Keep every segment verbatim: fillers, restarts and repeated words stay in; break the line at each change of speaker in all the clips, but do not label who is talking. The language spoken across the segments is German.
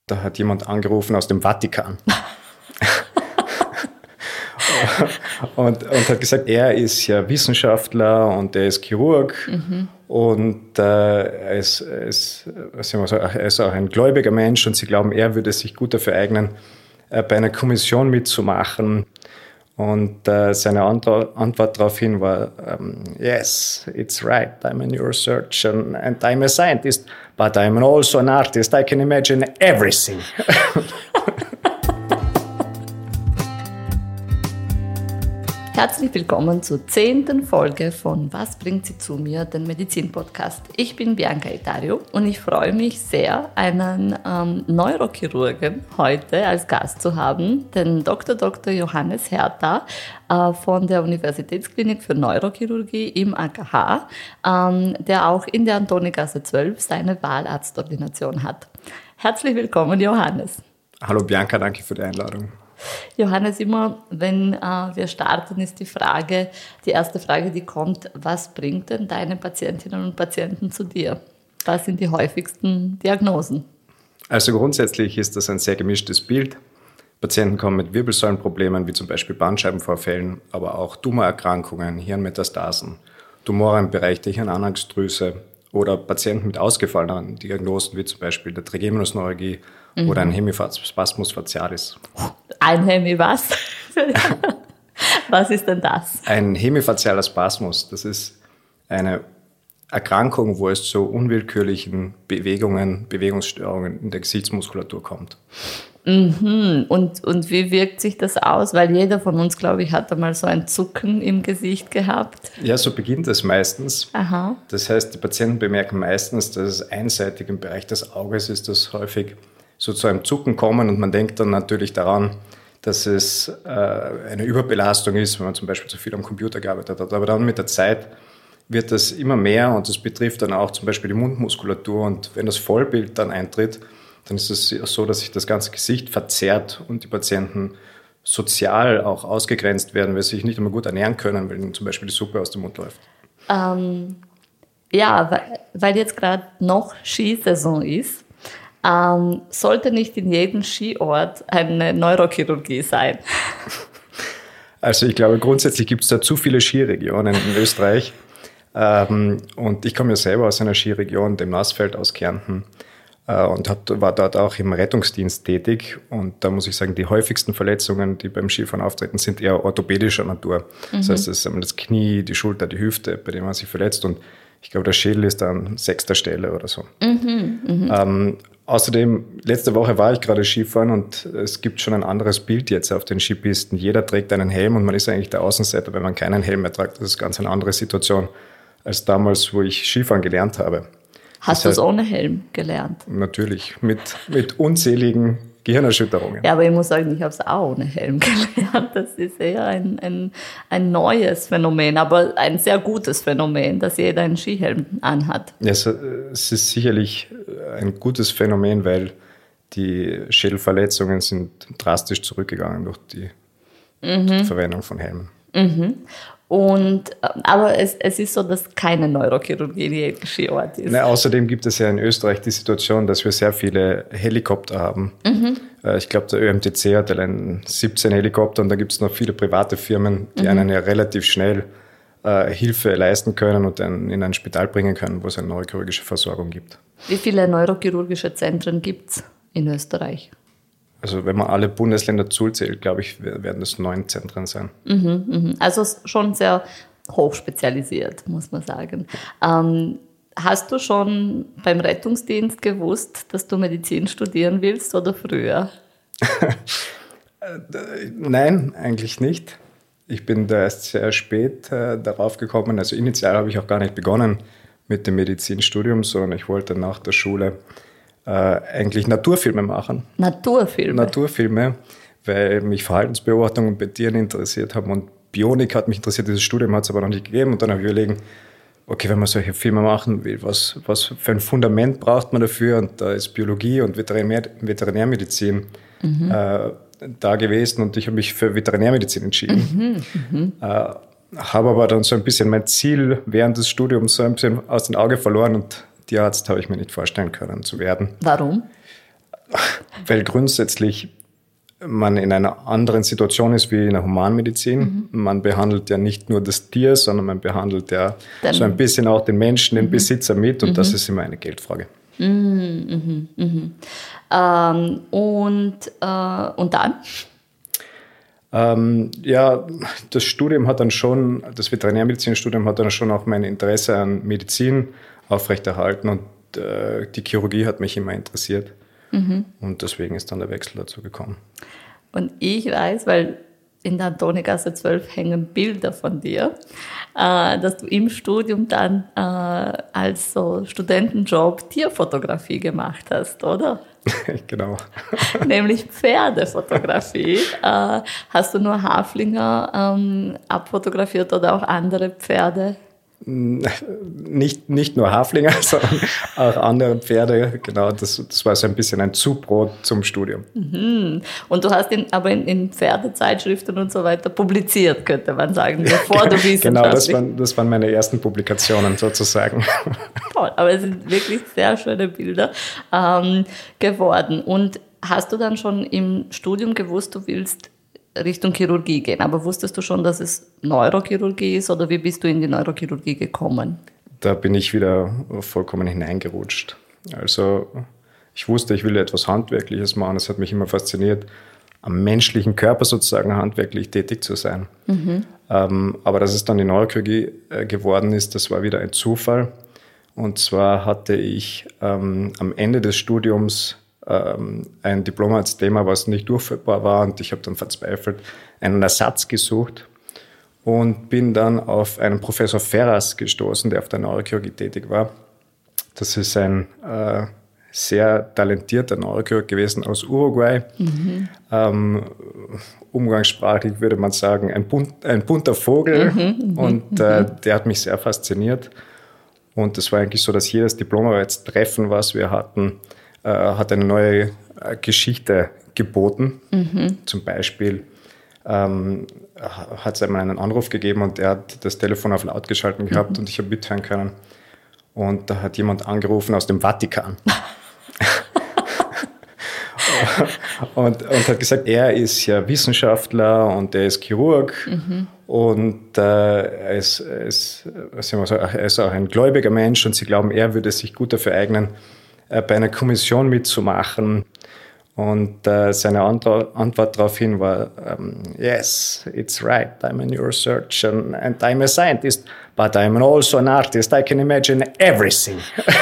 Da hat jemand angerufen aus dem Vatikan. und, und hat gesagt, er ist ja Wissenschaftler und er ist Chirurg mhm. und äh, er, ist, er, ist, was soll man sagen, er ist auch ein gläubiger Mensch und sie glauben, er würde sich gut dafür eignen, äh, bei einer Kommission mitzumachen. Und äh, seine Antwort, Antwort daraufhin war, um, yes, it's right, I'm a neurosurgeon and I'm a scientist, but I'm also an artist, I can imagine everything.
Herzlich willkommen zur zehnten Folge von Was bringt sie zu mir, den Medizin-Podcast. Ich bin Bianca Itario und ich freue mich sehr, einen ähm, Neurochirurgen heute als Gast zu haben, den Doktor Doktor Johannes Herta äh, von der Universitätsklinik für Neurochirurgie im A K H, ähm, der auch in der Antonigasse zwölf seine Wahlarztordination hat. Herzlich willkommen, Johannes.
Hallo Bianca, danke für die Einladung.
Johannes, immer wenn äh, wir starten, ist die Frage, die erste Frage, die kommt, was bringt denn deine Patientinnen und Patienten zu dir? Was sind die häufigsten Diagnosen?
Also grundsätzlich ist das ein sehr gemischtes Bild. Patienten kommen mit Wirbelsäulenproblemen, wie zum Beispiel Bandscheibenvorfällen, aber auch Tumorerkrankungen, Hirnmetastasen, Tumore im Bereich der Hirnanhangsdrüse oder Patienten mit ausgefallenen Diagnosen, wie zum Beispiel der Trigeminusneuralgie mhm. oder ein Hemispasmus facialis.
Ein Hemi was? Was ist denn das?
Ein hemifazialer Spasmus, das ist eine Erkrankung, wo es zu unwillkürlichen Bewegungen, Bewegungsstörungen in der Gesichtsmuskulatur kommt.
Mhm. Und, und wie wirkt sich das aus? Weil jeder von uns, glaube ich, hat einmal so ein Zucken im Gesicht gehabt.
Ja, so beginnt es meistens.
Aha.
Das heißt, die Patienten bemerken meistens, dass es einseitig im Bereich des Auges ist, das häufig so zu einem Zucken kommen und man denkt dann natürlich daran, dass es äh, eine Überbelastung ist, wenn man zum Beispiel zu viel am Computer gearbeitet hat. Aber dann mit der Zeit wird das immer mehr und das betrifft dann auch zum Beispiel die Mundmuskulatur und wenn das Vollbild dann eintritt, dann ist es so, dass sich das ganze Gesicht verzerrt und die Patienten sozial auch ausgegrenzt werden, weil sie sich nicht immer gut ernähren können, weil ihnen zum Beispiel die Suppe aus dem Mund läuft.
Ähm, ja, weil, weil jetzt gerade noch Skisaison ist, ähm, sollte nicht in jedem Skiort eine Neurochirurgie sein?
Also ich glaube, grundsätzlich gibt es da zu viele Skiregionen in Österreich. Ähm, und ich komme ja selber aus einer Skiregion, dem Nassfeld aus Kärnten. Und hab, war dort auch im Rettungsdienst tätig. Und da muss ich sagen, die häufigsten Verletzungen, die beim Skifahren auftreten, sind eher orthopädischer Natur. Mhm. Das heißt, es ist das Knie, die Schulter, die Hüfte, bei dem man sich verletzt. Und ich glaube, der Schädel ist an sechster Stelle oder so. Mhm, mh. ähm, außerdem, letzte Woche war ich gerade Skifahren und es gibt schon ein anderes Bild jetzt auf den Skipisten. Jeder trägt einen Helm und man ist eigentlich der Außenseiter, wenn man keinen Helm mehr trägt. Das ist ganz eine andere Situation als damals, wo ich Skifahren gelernt habe.
Hast du es ohne Helm gelernt?
Natürlich, mit, mit unzähligen Gehirnerschütterungen.
Ja, aber ich muss sagen, ich habe es auch ohne Helm gelernt. Das ist eher ein, ein, ein neues Phänomen, aber ein sehr gutes Phänomen, dass jeder einen Skihelm anhat.
Ja, es, es ist sicherlich ein gutes Phänomen, weil die Schädelverletzungen sind drastisch zurückgegangen durch die, mhm. die Verwendung von Helmen.
Mhm. Und, aber es, es ist so, dass keine Neurochirurgie in jedem Skiort ist.
Na, außerdem gibt es ja in Österreich die Situation, dass wir sehr viele Helikopter haben. Mhm. Ich glaube, der Ö M T C hat allein siebzehn Helikopter und da gibt es noch viele private Firmen, die mhm. einen ja relativ schnell äh, Hilfe leisten können und einen in ein Spital bringen können, wo es eine neurochirurgische Versorgung gibt.
Wie viele neurochirurgische Zentren gibt es in Österreich?
Also wenn man alle Bundesländer zuzählt, glaube ich, werden das neun Zentren sein.
Mhm, mh. Also schon sehr hochspezialisiert, muss man sagen. Ähm, hast du schon beim Rettungsdienst gewusst, dass du Medizin studieren willst oder früher?
Nein, eigentlich nicht. Ich bin da erst sehr spät äh, darauf gekommen. Also initial habe ich auch gar nicht begonnen mit dem Medizinstudium, sondern ich wollte nach der Schule Äh, eigentlich Naturfilme machen.
Naturfilme?
Naturfilme, weil mich Verhaltensbeobachtungen bei Tieren interessiert haben und Bionik hat mich interessiert. Dieses Studium hat es aber noch nicht gegeben und dann habe ich überlegt, okay, wenn man solche Filme machen will, was, was für ein Fundament braucht man dafür? Und da ist Biologie und Veterinär, Veterinärmedizin mhm. äh, da gewesen und ich habe mich für Veterinärmedizin entschieden. Mhm, mhm. Äh, habe aber dann so ein bisschen mein Ziel während des Studiums so ein bisschen aus den Augen verloren und Tierarzt habe ich mir nicht vorstellen können zu werden.
Warum?
weil grundsätzlich man in einer anderen Situation ist wie in der Humanmedizin. Mhm. Man behandelt ja nicht nur das Tier, sondern man behandelt ja Dann, so ein bisschen auch den Menschen, den mhm. Besitzer mit und mhm. das ist immer eine Geldfrage.
Mhm, mhm, mhm. Ähm, und, äh, und dann?
Ähm, ja, das Studium hat dann schon, das Veterinärmedizinstudium hat dann schon auch mein Interesse an Medizin aufrechterhalten und äh, die Chirurgie hat mich immer interessiert. Mhm. Und deswegen ist dann der Wechsel dazu gekommen.
Und ich weiß, weil in der Antonigasse zwölf hängen Bilder von dir, äh, dass du im Studium dann äh, als so Studentenjob Tierfotografie gemacht hast, oder?
Genau.
Nämlich Pferdefotografie. Äh, hast du nur Haflinger ähm, abfotografiert oder auch andere Pferde?
Nicht, nicht nur Haflinger, sondern auch andere Pferde. Genau, das, das war so ein bisschen ein Zubrot zum Studium.
Mhm. Und du hast ihn aber in, in Pferdezeitschriften und so weiter publiziert, könnte man sagen, bevor du wissenschaftlich...
Genau, das waren, das waren meine ersten Publikationen sozusagen.
Toll, aber es sind wirklich sehr schöne Bilder ähm, geworden. Und hast du dann schon im Studium gewusst, du willst Richtung Chirurgie gehen. Aber wusstest du schon, dass es Neurochirurgie ist oder wie bist du in die Neurochirurgie gekommen?
Da bin ich wieder vollkommen hineingerutscht. Also ich wusste, ich will etwas Handwerkliches machen. Es hat mich immer fasziniert, am menschlichen Körper sozusagen handwerklich tätig zu sein. Mhm. Ähm, aber dass es dann die Neurochirurgie äh, geworden ist, das war wieder ein Zufall. Und zwar hatte ich ähm, am Ende des Studiums ein Diplom als Thema, was nicht durchführbar war und ich habe dann verzweifelt einen Ersatz gesucht und bin dann auf einen Professor Ferraz gestoßen, der auf der Neurochirurgie tätig war. Das ist ein äh, sehr talentierter Neurochirurg gewesen aus Uruguay. Mhm. Ähm, umgangssprachlich würde man sagen, ein, bunt, ein bunter Vogel mhm, und äh, der hat mich sehr fasziniert und es war eigentlich so, dass jedes Diplomarbeitstreffen, was wir hatten, hat eine neue Geschichte geboten. Mhm. Zum Beispiel ähm, hat es einmal einen Anruf gegeben und er hat das Telefon auf laut geschalten gehabt mhm. und ich habe mithören können. Und da hat jemand angerufen aus dem Vatikan. und, und hat gesagt, er ist ja Wissenschaftler und er ist Chirurg mhm. und äh, er, ist, er, ist, er ist auch ein gläubiger Mensch und sie glauben, er würde sich gut dafür eignen, bei einer Kommission mitzumachen. Und äh, seine Antwort, Antwort daraufhin war, um, yes, it's right, I'm a neurosurgeon and I'm a scientist, but I'm also an artist, I can imagine everything.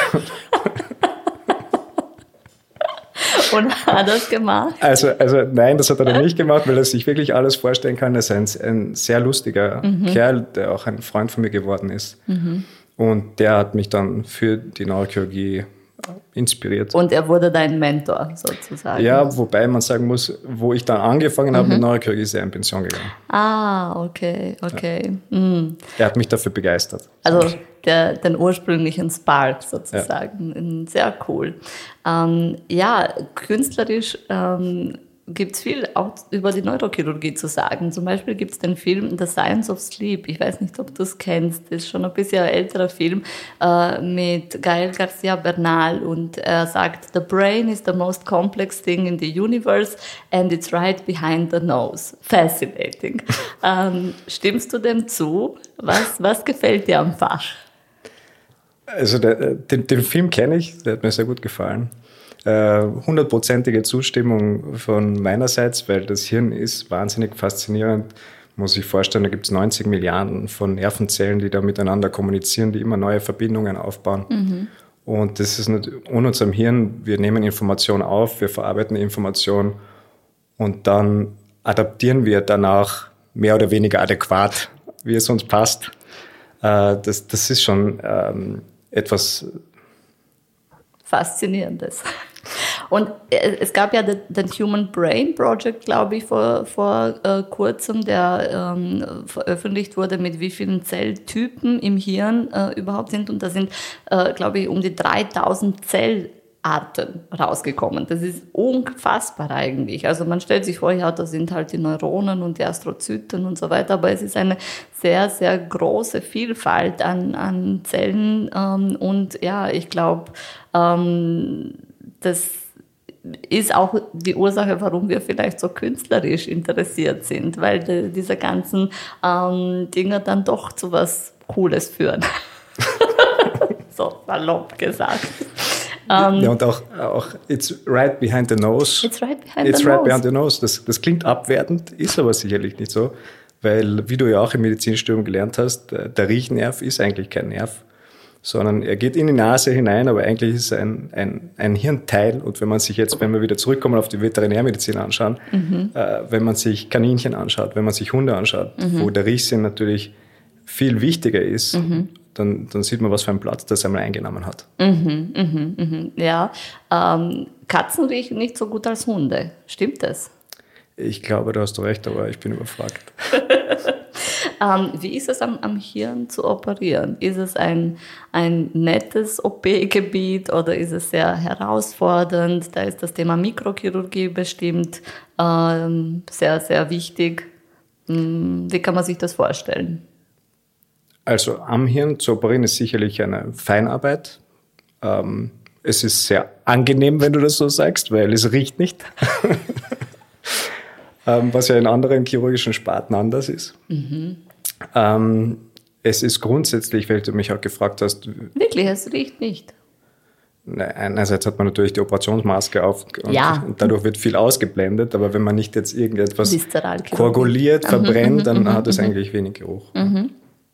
Und hat er das gemacht?
Also, also nein, das hat er dann nicht gemacht, weil er sich wirklich alles vorstellen kann. Er ist ein, ein sehr lustiger mhm. Kerl, der auch ein Freund von mir geworden ist. Mhm. Und der hat mich dann für die Neurochirurgie inspiriert.
Und er wurde dein Mentor sozusagen.
Ja, wobei man sagen muss, wo ich dann angefangen mhm. habe mit Neurochirurgie, ist er in Pension gegangen.
Ah, okay, okay. Ja. Mhm.
Er hat mich dafür begeistert.
Also der, den ursprünglichen Spark sozusagen. Ja. Sehr cool. Ähm, ja, künstlerisch ähm, gibt es viel auch über die Neurochirurgie zu sagen. Zum Beispiel gibt es den Film The Science of Sleep. Ich weiß nicht, ob du es kennst. Das ist schon ein bisschen ein älterer Film äh, mit Gael García Bernal. Und er sagt, the brain is the most complex thing in the universe and it's right behind the nose. Fascinating. ähm, stimmst du dem zu? Was, was gefällt dir am Fach?
Also der, den, den Film kenne ich, der hat mir sehr gut gefallen. Hundertprozentige Zustimmung von meinerseits, weil das Hirn ist wahnsinnig faszinierend. Muss ich vorstellen, da gibt es neunzig Milliarden von Nervenzellen, die da miteinander kommunizieren, die immer neue Verbindungen aufbauen. Mhm. Und das ist nicht in unserem Hirn, wir nehmen Information auf, wir verarbeiten Information und dann adaptieren wir danach mehr oder weniger adäquat, wie es uns passt. Das, das ist schon ähm, etwas
Faszinierendes. Und es gab ja den Human Brain Project, glaube ich, vor, vor äh, kurzem, der ähm, veröffentlicht wurde, mit wie vielen Zelltypen im Hirn äh, überhaupt sind. Und da sind, äh, glaube ich, um die dreitausend Zellarten rausgekommen. Das ist unfassbar eigentlich. Also man stellt sich vor, ja, da sind halt die Neuronen und die Astrozyten und so weiter, aber es ist eine sehr, sehr große Vielfalt an, an Zellen. Ähm, und ja, ich glaube, ähm, das ist auch die Ursache, warum wir vielleicht so künstlerisch interessiert sind, weil die, diese ganzen ähm, Dinge dann doch zu was Cooles führen. So salopp gesagt.
Um, ja, und auch, auch it's right behind the nose.
It's right behind
it's
the
right
nose.
Behind the nose. Das, das klingt abwertend, ist aber sicherlich nicht so, weil, wie du ja auch im Medizinstudium gelernt hast, der Riechnerv ist eigentlich kein Nerv, sondern er geht in die Nase hinein, aber eigentlich ist es ein, ein, ein Hirnteil. Und wenn man sich jetzt, wenn wir wieder zurückkommen auf die Veterinärmedizin anschauen, mhm. äh, wenn man sich Kaninchen anschaut, wenn man sich Hunde anschaut, mhm. wo der Riechsinn natürlich viel wichtiger ist, mhm. dann, dann sieht man, was für einen Platz das einmal eingenommen hat.
Mhm, mhm, mhm. Ja, ähm, Katzen riechen nicht so gut als Hunde. Stimmt das?
Ich glaube, da hast du recht, aber ich bin überfragt.
ähm, wie ist es am, am Hirn zu operieren? Ist es ein, ein nettes O P-Gebiet oder ist es sehr herausfordernd? Da ist das Thema Mikrochirurgie bestimmt ähm, sehr, sehr wichtig. Wie kann man sich das vorstellen?
Also am Hirn zu operieren ist sicherlich eine Feinarbeit. Ähm, es ist sehr angenehm, wenn du das so sagst, weil es riecht nicht. ähm, was ja in anderen chirurgischen Sparten anders ist. Mhm. Ähm, es ist grundsätzlich, weil du mich auch gefragt hast.
Wirklich, es riecht nicht?
Einerseits hat man natürlich die Operationsmaske auf und,
ja.
und dadurch wird viel ausgeblendet, aber wenn man nicht jetzt irgendetwas koaguliert, verbrennt, mhm, dann mhm, hat es mhm. eigentlich wenig Geruch. Mhm.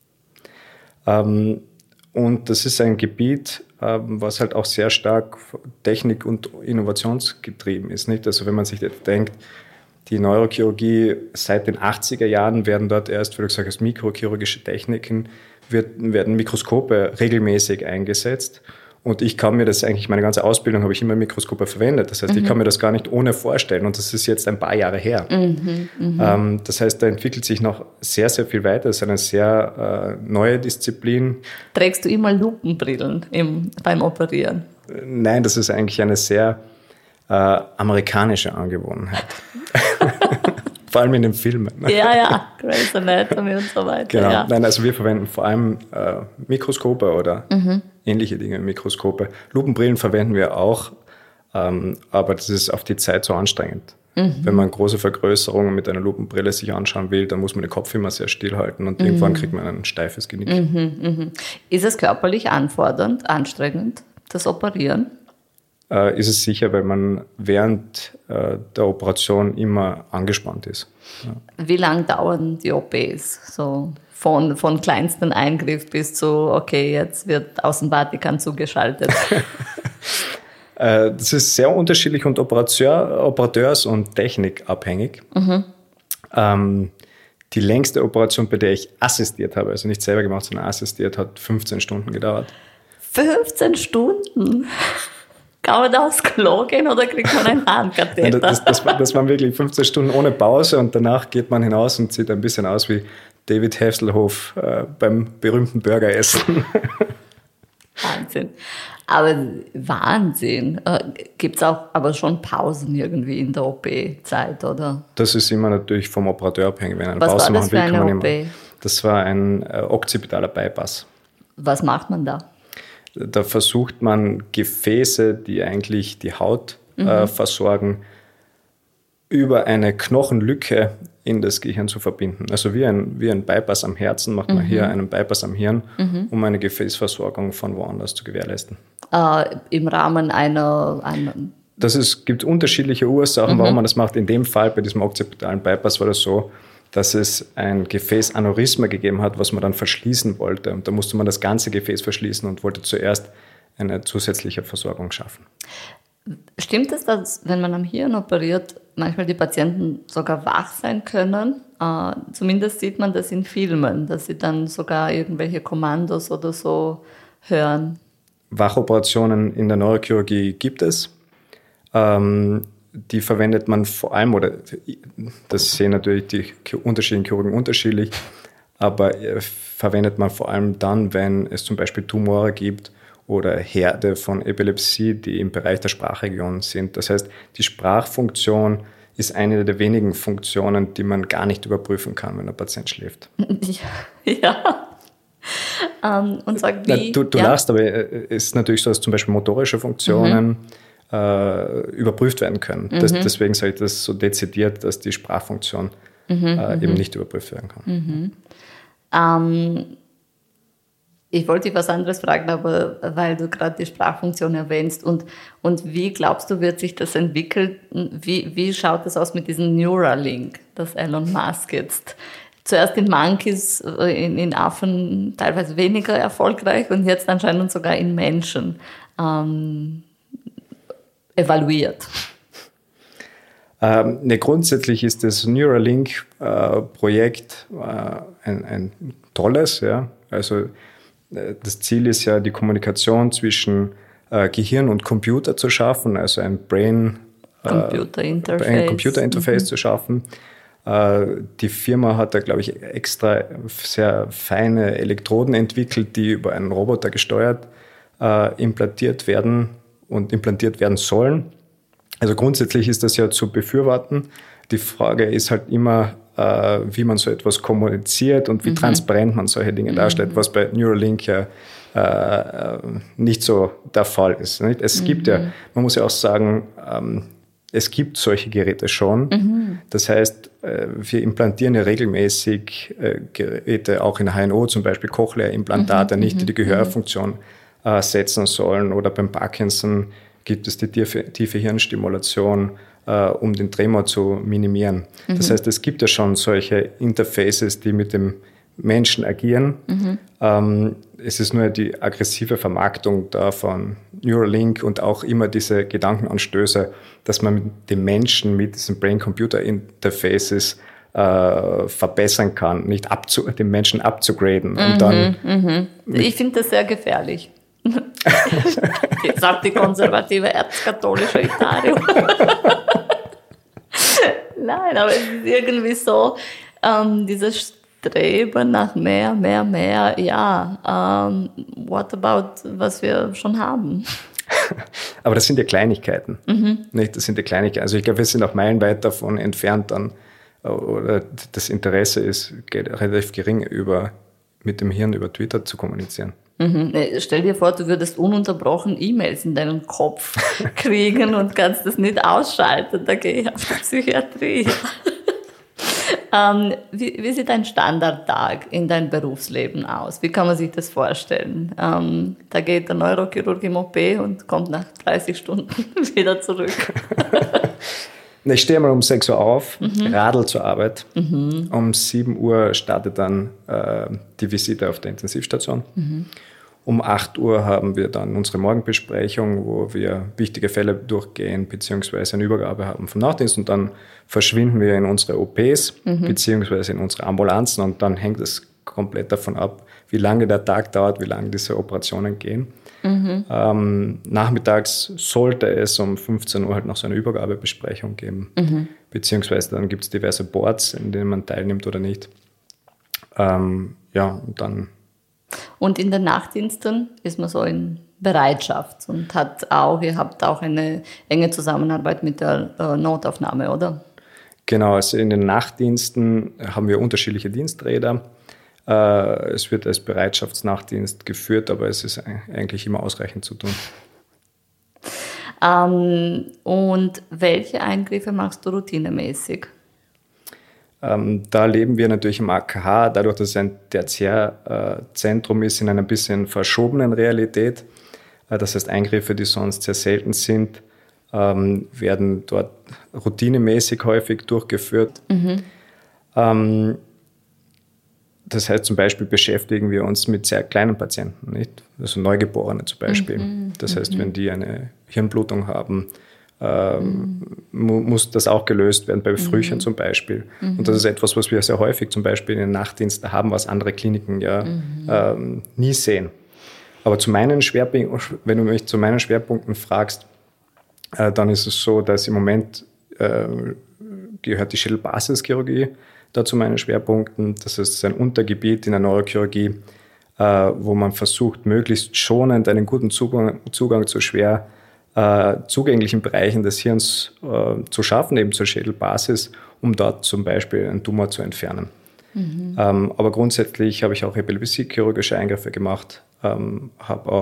Ähm, und das ist ein Gebiet, ähm, was halt auch sehr stark Technik- und Innovationsgetrieben ist. Nicht? Also wenn man sich jetzt denkt, die Neurochirurgie seit den achtziger Jahren werden dort erst, wie du gesagt hast, mikrochirurgische Techniken, wird, werden Mikroskope regelmäßig eingesetzt. Und ich kann mir das eigentlich, meine ganze Ausbildung habe ich immer Mikroskope verwendet. Das heißt, mhm. ich kann mir das gar nicht ohne vorstellen. Und das ist jetzt ein paar Jahre her. Mhm, ähm, das heißt, da entwickelt sich noch sehr, sehr viel weiter. Das ist eine sehr äh, neue Disziplin.
Trägst du immer Lupenbrillen im, beim Operieren?
Nein, das ist eigentlich eine sehr äh, amerikanische Angewohnheit. Vor allem in den Filmen.
Ja, ja, Grey's Anatomy und so weiter.
Genau,
ja.
Nein, also wir verwenden vor allem äh, Mikroskope oder mhm. ähnliche Dinge, Mikroskope. Lupenbrillen verwenden wir auch, ähm, aber das ist auf die Zeit so anstrengend. Mhm. Wenn man große Vergrößerungen mit einer Lupenbrille sich anschauen will, dann muss man den Kopf immer sehr still halten und mhm. irgendwann kriegt man ein steifes Genick.
Mhm, mhm. Ist es körperlich anfordernd, anstrengend, das Operieren?
Äh, ist es sicher, weil man während äh, der Operation immer angespannt ist. Ja.
Wie lange dauern die O Ps? So von, von kleinsten Eingriff bis zu, okay, jetzt wird aus dem Vatikan zugeschaltet.
äh, das ist sehr unterschiedlich und Operateur, Operateurs- und Technikabhängig. Mhm. Ähm, die längste Operation, bei der ich assistiert habe, also nicht selber gemacht, sondern assistiert, hat fünfzehn Stunden gedauert.
fünfzehn Stunden? Kann man da aufs Klo gehen oder kriegt man einen Harnkatheter?
Das, das, das, das waren wirklich fünfzehn Stunden ohne Pause und danach geht man hinaus und sieht ein bisschen aus wie David Hasselhoff äh, beim berühmten Burgeressen.
Wahnsinn. Aber Wahnsinn. Äh, Gibt es auch aber schon Pausen irgendwie in der O P-Zeit, oder?
Das ist immer natürlich vom Operateur abhängig. Wenn eine
Was
Pause
war das
machen will,
für eine
kann man
O P?
immer. Das war ein äh, occipitaler Bypass.
Was macht man da?
Da versucht man Gefäße, die eigentlich die Haut mhm. äh, versorgen, über eine Knochenlücke in das Gehirn zu verbinden. Also wie ein, wie ein Bypass am Herzen macht man mhm. hier einen Bypass am Hirn, mhm. um eine Gefäßversorgung von woanders zu gewährleisten.
Äh, Im Rahmen einer... einer
das ist, gibt unterschiedliche Ursachen, mhm. warum man das macht. In dem Fall, bei diesem occipitalen Bypass, war das so, dass es ein Gefäßaneurysma gegeben hat, was man dann verschließen wollte. Und da musste man das ganze Gefäß verschließen und wollte zuerst eine zusätzliche Versorgung schaffen.
Stimmt es, dass, wenn man am Hirn operiert, manchmal die Patienten sogar wach sein können? Äh, zumindest sieht man das in Filmen, dass sie dann sogar irgendwelche Kommandos oder so hören.
Wachoperationen in der Neurochirurgie gibt es. Ähm, Die verwendet man vor allem, oder das sehen natürlich die unterschiedlichen Chirurgen unterschiedlich, aber verwendet man vor allem dann, wenn es zum Beispiel Tumore gibt oder Herde von Epilepsie, die im Bereich der Sprachregion sind. Das heißt, die Sprachfunktion ist eine der wenigen Funktionen, die man gar nicht überprüfen kann, wenn der Patient schläft.
Ja. Um, und sagt, wie?
Na, du du
ja.
lachst, aber es ist natürlich so, dass zum Beispiel motorische Funktionen, mhm. äh, überprüft werden können.
Mhm.
Das, deswegen sage ich das so dezidiert, dass die Sprachfunktion
mhm,
äh, eben
mhm.
nicht überprüft werden kann.
Mhm. Ähm, ich wollte dich was anderes fragen, aber weil du gerade die Sprachfunktion erwähnst und, und wie glaubst du, wird sich das entwickeln? Wie, wie schaut es aus mit diesem Neuralink, das Elon Musk jetzt zuerst in Monkeys, in, in Affen teilweise weniger erfolgreich und jetzt anscheinend sogar in Menschen ähm, evaluiert?
Ähm, ne, grundsätzlich ist das Neuralink-Projekt äh, ein, ein tolles. Ja? Also äh, das Ziel ist ja, die Kommunikation zwischen äh, Gehirn und Computer zu schaffen, also ein Brain,
Computer Interface,
äh, ein Computer Interface
mhm.
zu schaffen. Äh, die Firma hat da, glaube ich, extra sehr feine Elektroden entwickelt, die über einen Roboter gesteuert äh, implantiert werden und implantiert werden sollen. Also grundsätzlich ist das ja zu befürworten. Die Frage ist halt immer, äh, wie man so etwas kommuniziert und wie mhm. transparent man solche Dinge mhm. darstellt, was bei Neuralink ja äh, nicht so der Fall ist. Nicht? Es mhm. gibt ja, man muss ja auch sagen, ähm, es gibt solche Geräte schon. Mhm. Das heißt, äh, wir implantieren ja regelmäßig äh, Geräte, auch in H N O, zum Beispiel Cochlea-Implantate, mhm. nicht, die die Gehörfunktion äh, setzen sollen. Oder beim Parkinson gibt es die tiefe, tiefe Hirnstimulation, äh, um den Tremor zu minimieren. Mhm. Das heißt, es gibt ja schon solche Interfaces, die mit dem Menschen agieren. Mhm. Ähm, es ist nur die aggressive Vermarktung da von Neuralink und auch immer diese Gedankenanstöße, dass man mit dem Menschen mit diesen Brain-Computer-Interfaces äh, verbessern kann, nicht abzu, den Menschen abzugraden.
Mhm,
und dann
mhm. Ich finde das sehr gefährlich. Jetzt sagt die konservative erzkatholische Itario. Nein, aber es ist irgendwie so, ähm, dieses Streben nach mehr, mehr, mehr, ja, ähm, what about, was wir schon haben?
Aber das sind ja Kleinigkeiten,
mhm.
nicht? Das sind ja Kleinigkeiten. Also ich glaube, wir sind auch meilenweit davon entfernt, dann, oder das Interesse ist relativ gering, über, mit dem Hirn über Twitter zu kommunizieren.
Mhm. Stell dir vor, du würdest ununterbrochen E-Mails in deinen Kopf kriegen und kannst das nicht ausschalten. Da gehe ich auf die Psychiatrie. ähm, wie, wie sieht ein Standardtag in deinem Berufsleben aus? Wie kann man sich das vorstellen? Ähm, da geht der Neurochirurg im O P und kommt nach dreißig Stunden wieder zurück.
Ich stehe mal um sechs Uhr auf,
mhm.
radel zur Arbeit.
Mhm.
Um sieben Uhr startet dann äh, die Visite auf der Intensivstation. Mhm. Um acht Uhr haben wir dann unsere Morgenbesprechung, wo wir wichtige Fälle durchgehen, beziehungsweise eine Übergabe haben vom Nachtdienst. Und dann verschwinden wir in unsere O Ps, mhm. beziehungsweise in unsere Ambulanzen. Und dann hängt es komplett davon ab, wie lange der Tag dauert, wie lange diese Operationen gehen. Mhm. Ähm, nachmittags sollte es um fünfzehn Uhr halt noch so eine Übergabebesprechung geben. Mhm. Beziehungsweise dann gibt es diverse Boards, in denen man teilnimmt oder nicht. Ähm, ja, und dann...
Und in den Nachtdiensten ist man so in Bereitschaft und hat auch, ihr habt auch eine enge Zusammenarbeit mit der äh, Notaufnahme, oder?
Genau, also in den Nachtdiensten haben wir unterschiedliche Diensträder. Äh, es wird als Bereitschaftsnachtdienst geführt, aber es ist eigentlich immer ausreichend zu tun.
Ähm, und welche Eingriffe machst du routinemäßig?
Ähm, da leben wir natürlich im A K H, dadurch, dass es ein Tertiärzentrum ist, in einer bisschen verschobenen Realität. Äh, das heißt, Eingriffe, die sonst sehr selten sind, ähm, werden dort routinemäßig häufig durchgeführt. Mhm. Ähm, das heißt, zum Beispiel beschäftigen wir uns mit sehr kleinen Patienten, nicht? Also Neugeborene zum Beispiel. Mhm. Das heißt, wenn die eine Hirnblutung haben, Ähm, mhm. muss das auch gelöst werden, bei Frühchen mhm. zum Beispiel. Mhm. Und das ist etwas, was wir sehr häufig zum Beispiel in den Nachtdiensten haben, was andere Kliniken ja mhm. ähm, nie sehen. Aber zu meinen Schwerpunkten, wenn du mich zu meinen Schwerpunkten fragst, äh, dann ist es so, dass im Moment äh, gehört die Schädelbasischirurgie da zu meinen Schwerpunkten. Das ist ein Untergebiet in der Neurochirurgie, äh, wo man versucht, möglichst schonend einen guten Zugang, Zugang zu schwer Äh, zugänglichen Bereichen des Hirns äh, zu schaffen, eben zur Schädelbasis, um dort zum Beispiel einen Tumor zu entfernen. Mhm. Ähm, aber grundsätzlich habe ich auch epilepsie-chirurgische Eingriffe gemacht, ähm, habe auch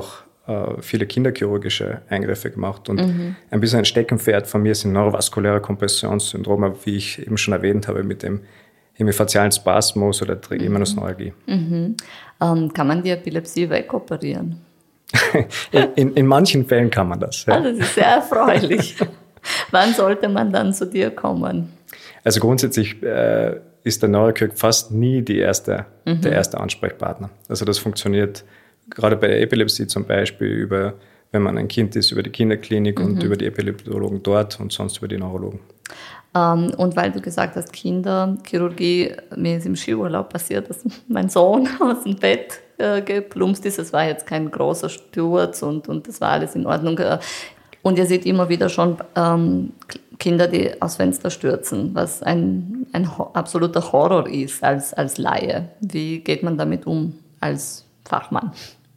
äh, viele kinderchirurgische Eingriffe gemacht. Und mhm. ein bisschen ein Steckenpferd von mir sind neurovaskuläre Kompressionssyndrome, wie ich eben schon erwähnt habe, mit dem hemifazialen Spasmus oder Trigeminusneuralgie.
Mhm. Ähm, kann man die Epilepsie wegoperieren?
in, in, in manchen Fällen kann man das. Ja.
Ah, das ist sehr erfreulich. Wann sollte man dann zu dir kommen?
Also grundsätzlich äh, ist der Neurochirurg fast nie die erste, mhm. der erste Ansprechpartner. Also das funktioniert gerade bei der Epilepsie zum Beispiel über, wenn man ein Kind ist, über die Kinderklinik mhm. und über die Epileptologen dort und sonst über die Neurologen.
Ähm, und weil du gesagt hast, Kinderchirurgie, mir ist im Skiurlaub passiert, dass mein Sohn aus dem Bett äh, geplumpst ist. Es war jetzt kein großer Sturz und, und das war alles in Ordnung. Und ihr seht immer wieder schon ähm, Kinder, die aus Fenster stürzen, was ein, ein ho- absoluter Horror ist als, als Laie. Wie geht man damit um als Fachmann?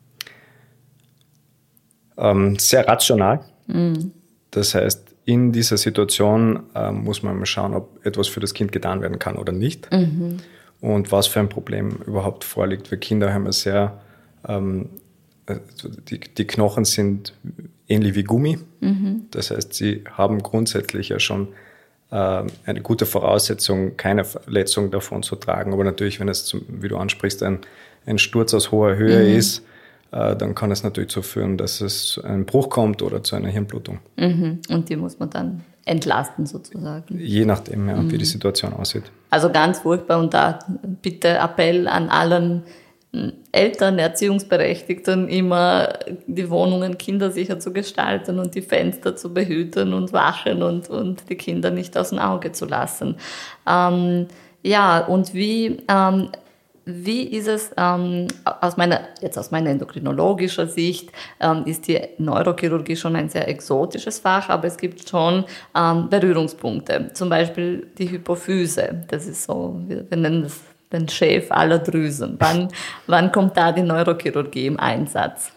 Ähm, sehr rational.
Mhm.
Das heißt, in dieser Situation äh, muss man mal schauen, ob etwas für das Kind getan werden kann oder nicht. Mhm. Und was für ein Problem überhaupt vorliegt. Wir Kinder haben ja sehr, ähm, die, die Knochen sind ähnlich wie Gummi. Mhm. Das heißt, sie haben grundsätzlich ja schon äh, eine gute Voraussetzung, keine Verletzung davon zu tragen. Aber natürlich, wenn es, zum, wie du ansprichst, ein, ein Sturz aus hoher Höhe mhm. ist, äh, dann kann es natürlich dazu führen, dass es zu einem Bruch kommt oder zu einer Hirnblutung.
Mhm. Und die muss man dann entlasten sozusagen.
Je nachdem, ja, mhm. wie die Situation aussieht.
Also ganz furchtbar und da bitte Appell an allen Eltern, Erziehungsberechtigten, immer die Wohnungen kindersicher zu gestalten und die Fenster zu behüten und wachen und, und die Kinder nicht aus dem Auge zu lassen. Ähm, ja, und wie, ähm, wie ist es ähm, aus meiner, jetzt aus meiner endokrinologischer Sicht, ähm, ist die Neurochirurgie schon ein sehr exotisches Fach, aber es gibt schon ähm, Berührungspunkte. Zum Beispiel die Hypophyse. Das ist so, wir, wir nennen das den Chef aller Drüsen. Wann, wann kommt da die Neurochirurgie im Einsatz?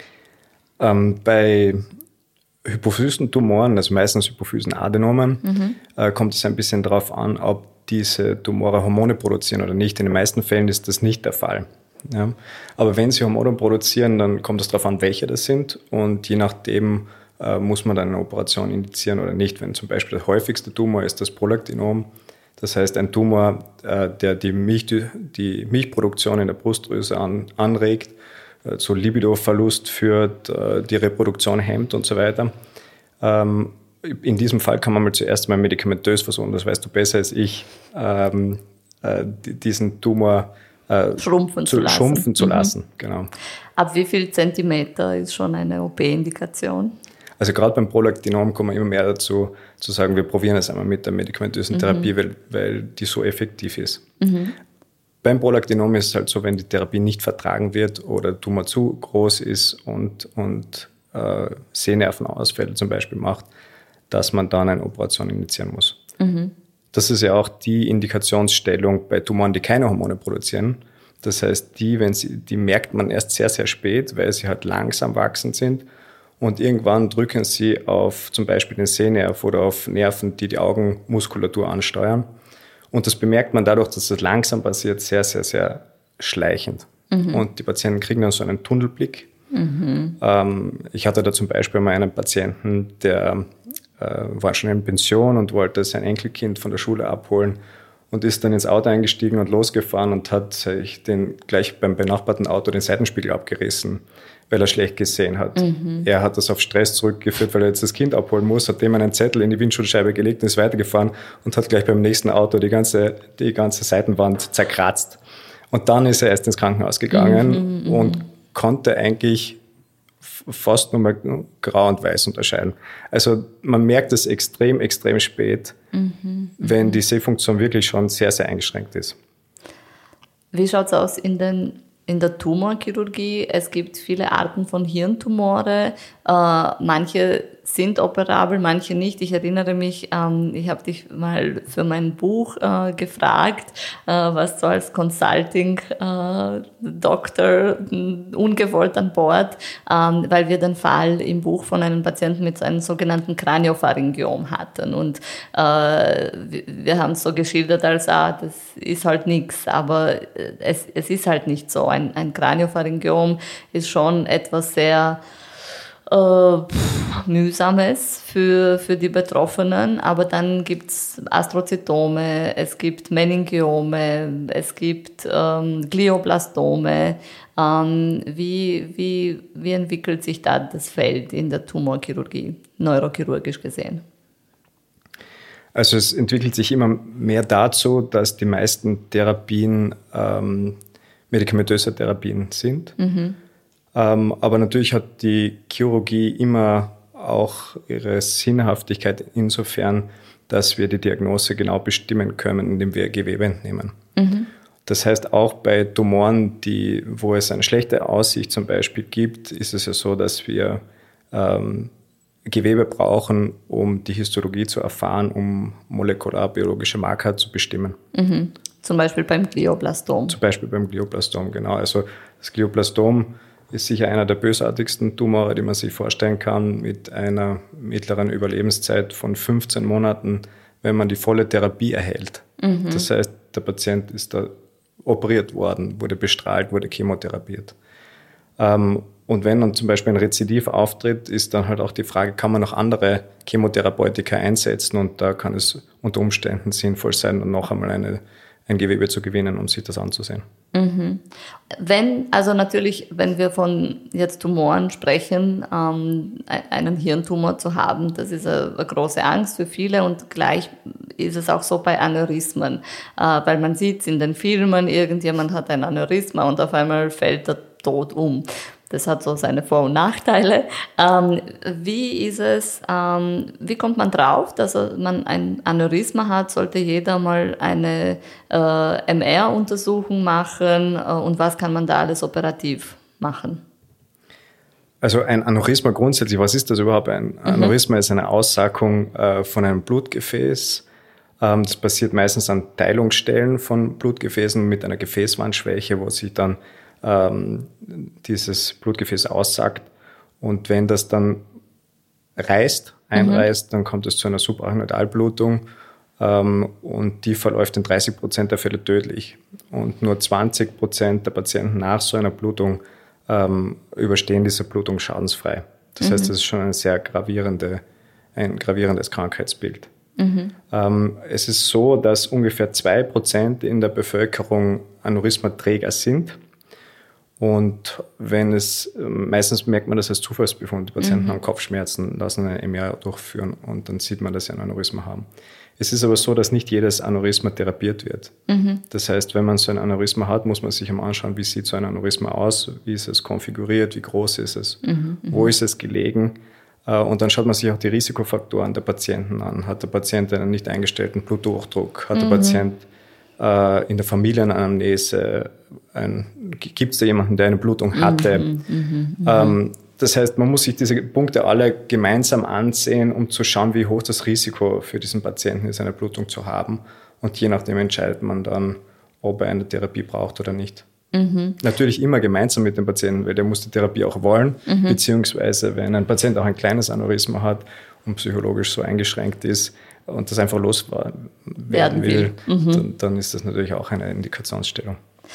Ähm, bei Hypophysentumoren, also meistens Hypophysenadenomen, mhm. äh, kommt es ein bisschen darauf an, ob diese Tumore Hormone produzieren oder nicht. In den meisten Fällen ist das nicht der Fall. Ja? Aber wenn sie Hormone produzieren, dann kommt es darauf an, welche das sind. Und je nachdem äh, muss man dann eine Operation indizieren oder nicht. Wenn zum Beispiel der häufigste Tumor ist das Prolaktinom, das heißt, ein Tumor, äh, der die, Milch, die Milchproduktion in der Brustdrüse an, anregt, äh, zu Libidoverlust führt, äh, die Reproduktion hemmt und so weiter. Ähm, in diesem Fall kann man mal zuerst mal medikamentös versuchen, das weißt du besser als ich, ähm, äh, diesen Tumor äh,
schrumpfen zu, zu lassen.
Schrumpfen zu
mhm.
lassen, genau.
Ab wie viel Zentimeter ist schon eine O P-Indikation?
Also gerade beim Prolaktinom kommen wir immer mehr dazu, zu sagen, wir probieren es einmal mit der medikamentösen mhm. Therapie, weil, weil die so effektiv ist. Mhm. Beim Prolaktinom ist es halt so, wenn die Therapie nicht vertragen wird oder der Tumor zu groß ist und, und äh, Sehnervenausfälle zum Beispiel macht, dass man dann eine Operation initiieren muss. Mhm. Das ist ja auch die Indikationsstellung bei Tumoren, die keine Hormone produzieren. Das heißt, die, wenn sie, die merkt man erst sehr, sehr spät, weil sie halt langsam wachsend sind. Und irgendwann drücken sie auf zum Beispiel den Sehnerv oder auf Nerven, die die Augenmuskulatur ansteuern. Und das bemerkt man dadurch, dass das langsam passiert, sehr, sehr, sehr schleichend. Mhm. Und die Patienten kriegen dann so einen Tunnelblick. Mhm. Ähm, ich hatte da zum Beispiel mal einen Patienten, der äh, war schon in Pension und wollte sein Enkelkind von der Schule abholen und ist dann ins Auto eingestiegen und losgefahren und hat sich den, gleich beim benachbarten Auto den Seitenspiegel abgerissen, weil er schlecht gesehen hat. Mhm. Er hat das auf Stress zurückgeführt, weil er jetzt das Kind abholen muss, hat dem einen Zettel in die Windschutzscheibe gelegt und ist weitergefahren und hat gleich beim nächsten Auto die ganze, die ganze Seitenwand zerkratzt. Und dann ist er erst ins Krankenhaus gegangen mhm, und konnte eigentlich fast nur mal grau und weiß unterscheiden. Also man merkt es extrem, extrem spät, mhm, wenn die Sehfunktion wirklich schon sehr, sehr eingeschränkt ist.
Wie schaut es aus in den In der Tumorchirurgie? Es gibt viele Arten von Hirntumore. Äh, manche sind operabel, manche nicht. Ich erinnere mich, ähm, ich habe dich mal für mein Buch äh, gefragt, äh, was so als Consulting-Doktor äh, ungewollt an Bord, ähm, weil wir den Fall im Buch von einem Patienten mit einem sogenannten Kraniopharyngiom hatten. Und äh, wir haben es so geschildert als, ah, das ist halt nichts, aber es, es ist halt nicht so. Ein, ein Kraniopharyngiom ist schon etwas sehr äh, Mühsames für, für die Betroffenen, aber dann gibt es Astrozytome, es gibt Meningiome, es gibt ähm, Glioblastome. Ähm, wie, wie, wie entwickelt sich da das Feld in der Tumorchirurgie, neurochirurgisch gesehen?
Also es entwickelt sich immer mehr dazu, dass die meisten Therapien ähm, medikamentöse Therapien sind. Mhm. Ähm, aber natürlich hat die Chirurgie immer auch ihre Sinnhaftigkeit insofern, dass wir die Diagnose genau bestimmen können, indem wir Gewebe entnehmen. Mhm. Das heißt, auch bei Tumoren, die, wo es eine schlechte Aussicht zum Beispiel gibt, ist es ja so, dass wir ähm, Gewebe brauchen, um die Histologie zu erfahren, um molekularbiologische Marker zu bestimmen.
Mhm. Zum Beispiel beim Glioblastom.
Zum Beispiel beim Glioblastom, genau. Also das Glioblastom ist sicher einer der bösartigsten Tumore, die man sich vorstellen kann, mit einer mittleren Überlebenszeit von fünfzehn Monaten, wenn man die volle Therapie erhält. Mhm. Das heißt, der Patient ist da operiert worden, wurde bestrahlt, wurde chemotherapiert. Ähm, und wenn dann zum Beispiel ein Rezidiv auftritt, ist dann halt auch die Frage, kann man noch andere Chemotherapeutika einsetzen? Und da kann es unter Umständen sinnvoll sein, dann noch einmal eine, ein Gewebe zu gewinnen, um sich das anzusehen.
Mhm. Wenn, also natürlich, wenn wir von jetzt Tumoren sprechen, ähm, einen Hirntumor zu haben, das ist eine, eine große Angst für viele und gleich ist es auch so bei Aneurysmen, äh, weil man sieht in den Filmen, irgendjemand hat ein Aneurysma und auf einmal fällt er tot um. Das hat so seine Vor- und Nachteile. Ähm, wie ist es, ähm, wie kommt man drauf, dass man ein Aneurysma hat? Sollte jeder mal eine äh, M R-Untersuchung machen? Äh, und was kann man da alles operativ machen?
Also ein Aneurysma grundsätzlich, was ist das überhaupt? Ein Aneurysma mhm. ist eine Aussackung äh, von einem Blutgefäß. Ähm, das passiert meistens an Teilungsstellen von Blutgefäßen mit einer Gefäßwandschwäche, wo sich dann ähm, dieses Blutgefäß aussackt. Und wenn das dann reißt, einreißt, mhm. dann kommt es zu einer Subarachnoidalblutung ähm, und die verläuft in dreißig Prozent der Fälle tödlich. Und nur zwanzig Prozent der Patienten nach so einer Blutung ähm, überstehen diese Blutung schadensfrei. Das mhm. heißt, das ist schon eine sehr gravierende, ein gravierendes Krankheitsbild. Mhm. Ähm, es ist so, dass ungefähr zwei Prozent in der Bevölkerung Aneurysmaträger sind. Und wenn es, meistens merkt man das als Zufallsbefund. Die Patienten mhm. haben Kopfschmerzen, lassen eine M R durchführen und dann sieht man, dass sie ein Aneurysma haben. Es ist aber so, dass nicht jedes Aneurysma therapiert wird. Mhm. Das heißt, wenn man so ein Aneurysma hat, muss man sich einmal anschauen, wie sieht so ein Aneurysma aus, wie ist es konfiguriert, wie groß ist es, mhm. wo ist es gelegen. Und dann schaut man sich auch die Risikofaktoren der Patienten an. Hat der Patient einen nicht eingestellten Bluthochdruck? Hat mhm. der Patient äh, in der Familienanamnese, gibt es da jemanden, der eine Blutung hatte? Mhm, mhm, ähm, das heißt, man muss sich diese Punkte alle gemeinsam ansehen, um zu schauen, wie hoch das Risiko für diesen Patienten ist, eine Blutung zu haben. Und je nachdem entscheidet man dann, ob er eine Therapie braucht oder nicht. Mhm. Natürlich immer gemeinsam mit dem Patienten, weil der muss die Therapie auch wollen, mhm. beziehungsweise wenn ein Patient auch ein kleines Aneurysma hat und psychologisch so eingeschränkt ist und das einfach loswerden will, will. Mhm. Dann, dann ist das natürlich auch eine Indikationsstellung.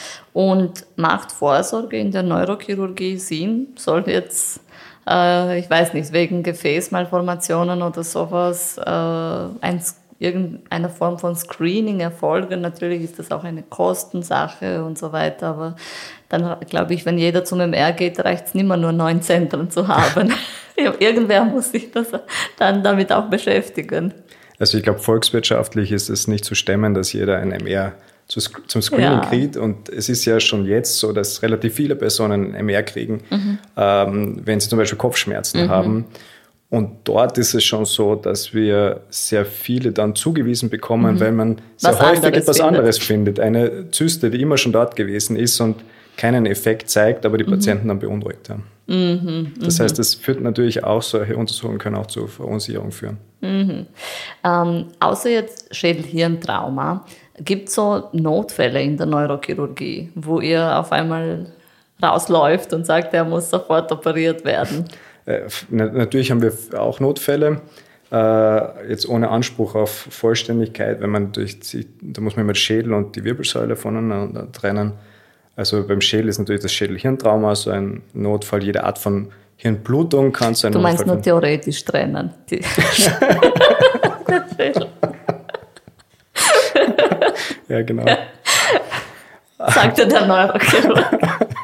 Und macht Vorsorge in der Neurochirurgie Sinn? Soll jetzt, äh, ich weiß nicht, wegen Gefäßmalformationen oder sowas äh, ein irgendeine Form von Screening erfolgen. Natürlich ist das auch eine Kostensache und so weiter, aber dann glaube ich, wenn jeder zum M R geht, reicht es nicht mehr nur neun Zentren zu haben. Irgendwer muss sich das dann damit auch beschäftigen.
Also ich glaube, volkswirtschaftlich ist es nicht zu stemmen, dass jeder ein M R zu, zum Screening ja. kriegt. Und es ist ja schon jetzt so, dass relativ viele Personen ein M R kriegen, mhm. ähm, wenn sie zum Beispiel Kopfschmerzen mhm. haben. Und dort ist es schon so, dass wir sehr viele dann zugewiesen bekommen, mhm. weil man sehr Was häufig etwas findet. anderes findet. Eine Zyste, die immer schon dort gewesen ist und keinen Effekt zeigt, aber die mhm. Patienten dann beunruhigt haben. Mhm. Das heißt, das führt natürlich auch, solche Untersuchungen können auch zu Verunsicherung führen.
Mhm. Ähm, außer jetzt Schädel-Hirn-Trauma, gibt es so Notfälle in der Neurochirurgie, wo ihr auf einmal rausläuft und sagt, er muss sofort operiert werden?
Natürlich haben wir auch Notfälle, äh, jetzt ohne Anspruch auf Vollständigkeit, wenn man durch die, da muss man immer den Schädel und die Wirbelsäule voneinander trennen. Also beim Schädel ist natürlich das Schädel-Hirn-Trauma so ein Notfall. Jede Art von Hirnblutung kann es ein
Du meinst
Notfall
nur theoretisch trennen. Die
ja, genau.
Sagte der Neurochirurg.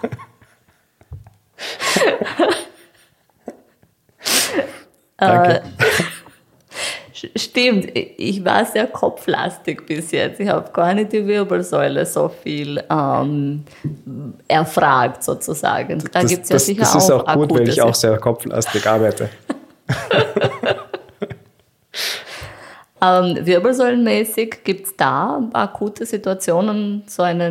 Danke.
Äh, Stimmt, ich war sehr kopflastig bis jetzt. Ich habe gar nicht die Wirbelsäule so viel ähm, erfragt, sozusagen. Da gibt es ja
das,
sicher
das
auch
ist auch gut,
akute
weil ich auch sehr kopflastig arbeite.
Ähm, wirbelsäulenmäßig gibt es da akute Situationen, so eine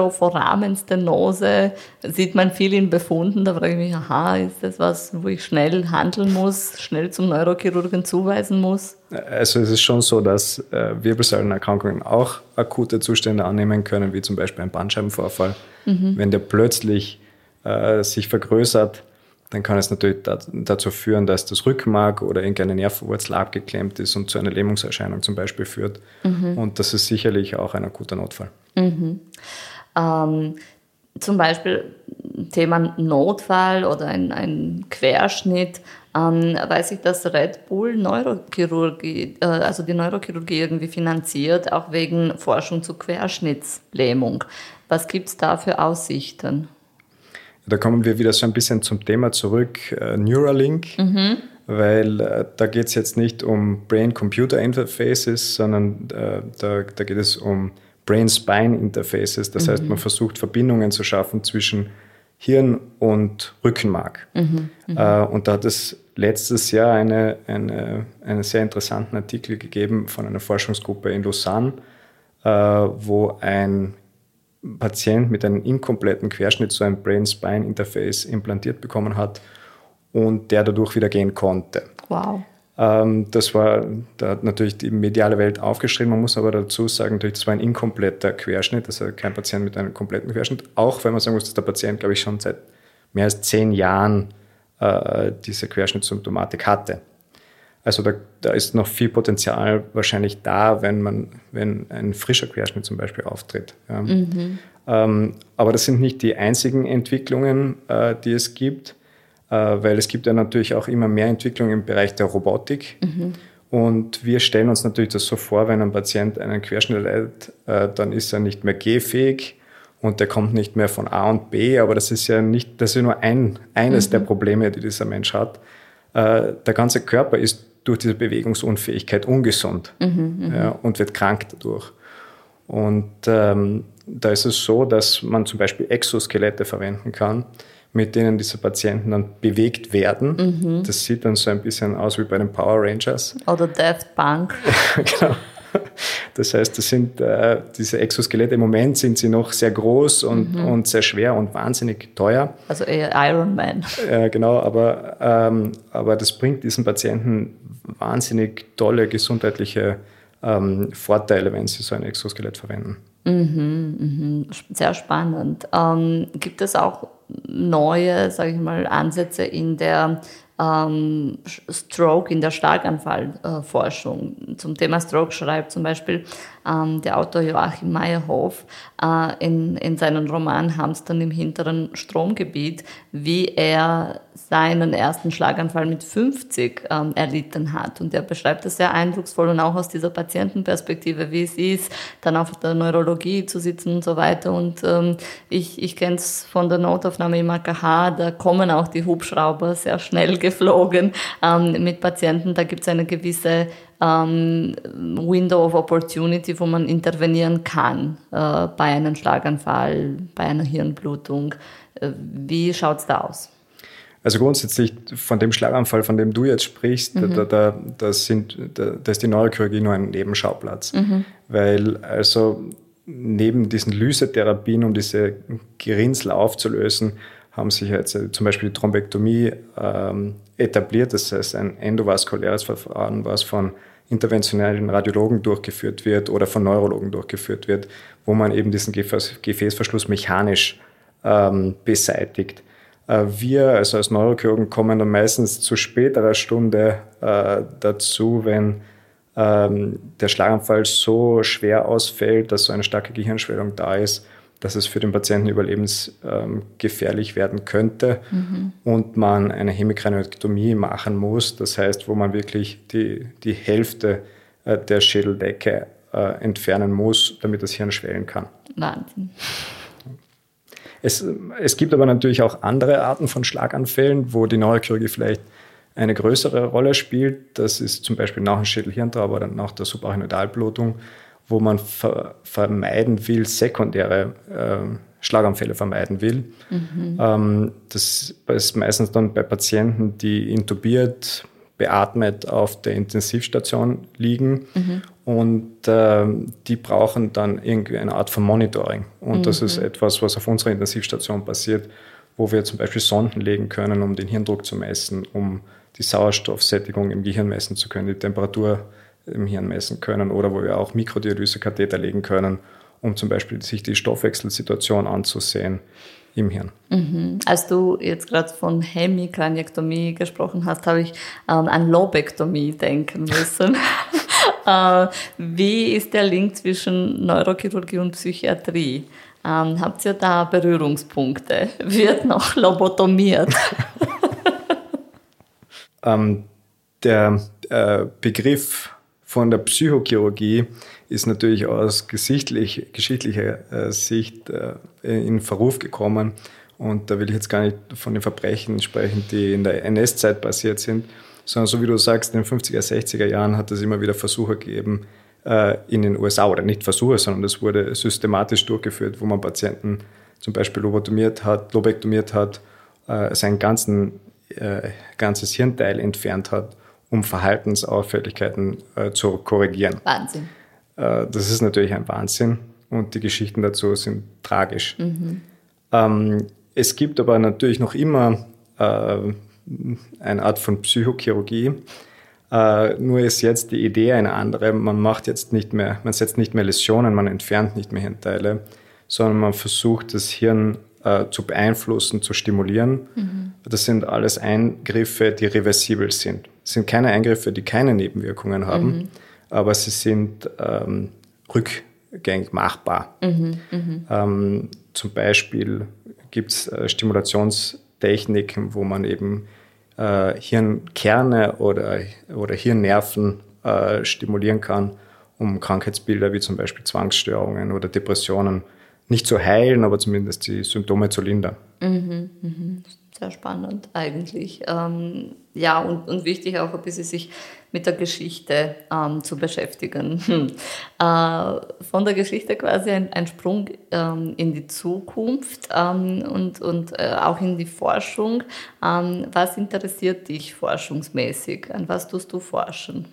Neuroforamen-Stenose, sieht man viel in Befunden, da frage ich mich, aha, ist das was, wo ich schnell handeln muss, schnell zum Neurochirurgen zuweisen muss?
Also es ist schon so, dass äh, Wirbelsäulenerkrankungen auch akute Zustände annehmen können, wie zum Beispiel ein Bandscheibenvorfall. Mhm. Wenn der plötzlich äh, sich vergrößert, dann kann es natürlich dazu führen, dass das Rückenmark oder irgendeine Nervenwurzel abgeklemmt ist und zu einer Lähmungserscheinung zum Beispiel führt. Mhm. Und das ist sicherlich auch ein akuter Notfall.
Mhm. Ähm, zum Beispiel Thema Notfall oder ein, ein Querschnitt. Ähm, weiß ich, dass Red Bull Neurochirurgie, äh, also die Neurochirurgie irgendwie finanziert, auch wegen Forschung zur Querschnittslähmung. Was gibt es da für Aussichten?
Da kommen wir wieder so ein bisschen zum Thema zurück, äh, Neuralink, mhm. weil äh, da geht es jetzt nicht um Brain-Computer-Interfaces, sondern äh, da, da geht es um Brain-Spine-Interfaces. Das mhm. heißt, man versucht Verbindungen zu schaffen zwischen Hirn und Rückenmark. Mhm. Mhm. Äh, und da hat es letztes Jahr eine, eine, einen sehr interessanten Artikel gegeben von einer Forschungsgruppe in Lausanne, äh, wo ein Patient mit einem inkompletten Querschnitt so ein Brain-Spine-Interface implantiert bekommen hat und der dadurch wieder gehen konnte.
Wow.
Ähm, das war, da hat natürlich die mediale Welt aufgeschrieben. Man muss aber dazu sagen, das war ein inkompletter Querschnitt, also kein Patient mit einem kompletten Querschnitt. Auch wenn man sagen muss, dass der Patient, glaube ich, schon seit mehr als zehn Jahren äh, diese Querschnittssymptomatik hatte. Also da, da ist noch viel Potenzial wahrscheinlich da, wenn man, wenn ein frischer Querschnitt zum Beispiel auftritt. Ja. Mhm. Ähm, aber das sind nicht die einzigen Entwicklungen, äh, die es gibt, äh, weil es gibt ja natürlich auch immer mehr Entwicklungen im Bereich der Robotik. Mhm. Und wir stellen uns natürlich das so vor, wenn ein Patient einen Querschnitt erleidet, äh, dann ist er nicht mehr gehfähig und der kommt nicht mehr von A und B, aber das ist ja nicht, das ist nur ein, eines mhm. der Probleme, die dieser Mensch hat. Äh, der ganze Körper ist durch diese Bewegungsunfähigkeit ungesund mhm, ja, und wird krank dadurch. Und ähm, da ist es so, dass man zum Beispiel Exoskelette verwenden kann, mit denen diese Patienten dann bewegt werden. Mhm. Das sieht dann so ein bisschen aus wie bei den Power Rangers.
Oder Daft Punk.
Genau. Das heißt, das sind äh, diese Exoskelette, im Moment sind sie noch sehr groß und, mhm. und sehr schwer und wahnsinnig teuer.
Also eher Iron Man.
Äh, genau, aber, ähm, aber das bringt diesen Patienten wahnsinnig tolle gesundheitliche ähm, Vorteile, wenn sie so ein Exoskelett verwenden.
Mhm, mhm. Sehr spannend. Ähm, gibt es auch neue, sage ich mal, Ansätze in der ähm, Stroke, in der Schlaganfallforschung? Äh, Zum Thema Stroke schreibt zum Beispiel ähm, der Autor Joachim Meyerhoff äh, in, in seinem Roman Hamstern im hinteren Stromgebiet, wie er seinen ersten Schlaganfall mit fünfzig ähm, erlitten hat. Und er beschreibt das sehr eindrucksvoll und auch aus dieser Patientenperspektive, wie es ist, dann auf der Neurologie zu sitzen und so weiter. Und ähm, ich, ich kenne es von der Notaufnahme im A K H, da kommen auch die Hubschrauber sehr schnell geflogen ähm, mit Patienten. Da gibt es eine gewisse ähm, Window of Opportunity, wo man intervenieren kann äh, bei einem Schlaganfall, bei einer Hirnblutung. Äh, wie schaut es da aus?
Also grundsätzlich von dem Schlaganfall, von dem du jetzt sprichst, mhm. da, da, da, sind, da, da ist die Neurochirurgie nur ein Nebenschauplatz. Mhm. Weil also neben diesen Lysetherapien, um diese Gerinnsel aufzulösen, haben sich jetzt zum Beispiel die Thrombektomie ähm, etabliert. Das heißt ein endovaskuläres Verfahren, was von interventionellen Radiologen durchgeführt wird oder von Neurologen durchgeführt wird, wo man eben diesen Gefäß, Gefäßverschluss mechanisch ähm, beseitigt. Wir also als Neurochirurgen kommen dann meistens zu späterer Stunde äh, dazu, wenn ähm, der Schlaganfall so schwer ausfällt, dass so eine starke Gehirnschwellung da ist, dass es für den Patienten überlebensgefährlich werden könnte mhm. und man eine Hemikraniotektomie machen muss. Das heißt, wo man wirklich die, die Hälfte äh, der Schädeldecke äh, entfernen muss, damit das Hirn schwellen kann.
Wahnsinn.
Es, es gibt aber natürlich auch andere Arten von Schlaganfällen, wo die Neurochirurgie vielleicht eine größere Rolle spielt. Das ist zum Beispiel nach dem Schädel-Hirntrauma oder nach der Subarachnoidalblutung, wo man ver- vermeiden will, sekundäre äh, Schlaganfälle vermeiden will. Mhm. Ähm, das ist meistens dann bei Patienten, die intubiert, beatmet auf der Intensivstation liegen mhm. und äh, die brauchen dann irgendwie eine Art von Monitoring. Und mhm. das ist etwas, was auf unserer Intensivstation passiert, wo wir zum Beispiel Sonden legen können, um den Hirndruck zu messen, um die Sauerstoffsättigung im Gehirn messen zu können, die Temperatur im Hirn messen können oder wo wir auch Mikrodialysekatheter legen können, um zum Beispiel sich die Stoffwechselsituation anzusehen im Hirn.
Mhm. Als du jetzt gerade von Hemikraniektomie gesprochen hast, habe ich ähm, an Lobektomie denken müssen. äh, wie ist der Link zwischen Neurochirurgie und Psychiatrie? Ähm, habt ihr da Berührungspunkte? Wird noch lobotomiert?
ähm, der äh, Begriff von der Psychochirurgie ist natürlich aus geschichtlich, geschichtlicher äh, Sicht äh, in Verruf gekommen. Und da will ich jetzt gar nicht von den Verbrechen sprechen, die in der N S-Zeit passiert sind, sondern so wie du sagst, in den fünfziger, sechziger Jahren hat es immer wieder Versuche gegeben äh, in den U S A, oder nicht Versuche, sondern das wurde systematisch durchgeführt, wo man Patienten zum Beispiel lobotomiert hat, lobektomiert hat, äh, sein ganzen, äh, ganzes Hirnteil entfernt hat, um Verhaltensauffälligkeiten äh, zu korrigieren.
Wahnsinn.
Äh, das ist natürlich ein Wahnsinn und die Geschichten dazu sind tragisch. Mhm. Ähm, es gibt aber natürlich noch immer äh, eine Art von Psychochirurgie. Äh, nur ist jetzt die Idee eine andere. Man macht jetzt nicht mehr, man setzt nicht mehr Läsionen, man entfernt nicht mehr Hirnteile, sondern man versucht, das Hirn äh, zu beeinflussen, zu stimulieren. Mhm. Das sind alles Eingriffe, die reversibel sind. Es sind keine Eingriffe, die keine Nebenwirkungen haben, mhm. aber sie sind ähm, rückgängig machbar. Mhm. Mhm. Ähm, zum Beispiel gibt es äh, Stimulationstechniken, wo man eben äh, Hirnkerne oder, oder Hirnnerven äh, stimulieren kann, um Krankheitsbilder wie zum Beispiel Zwangsstörungen oder Depressionen nicht zu heilen, aber zumindest die Symptome zu lindern.
Mhm, mhm. Sehr spannend eigentlich. Ähm, ja, und, und wichtig auch ein bisschen sich mit der Geschichte ähm, zu beschäftigen. Hm. Äh, von der Geschichte quasi ein, ein Sprung ähm, in die Zukunft ähm, und, und äh, auch in die Forschung. Ähm, was interessiert dich forschungsmäßig? An was tust du forschen?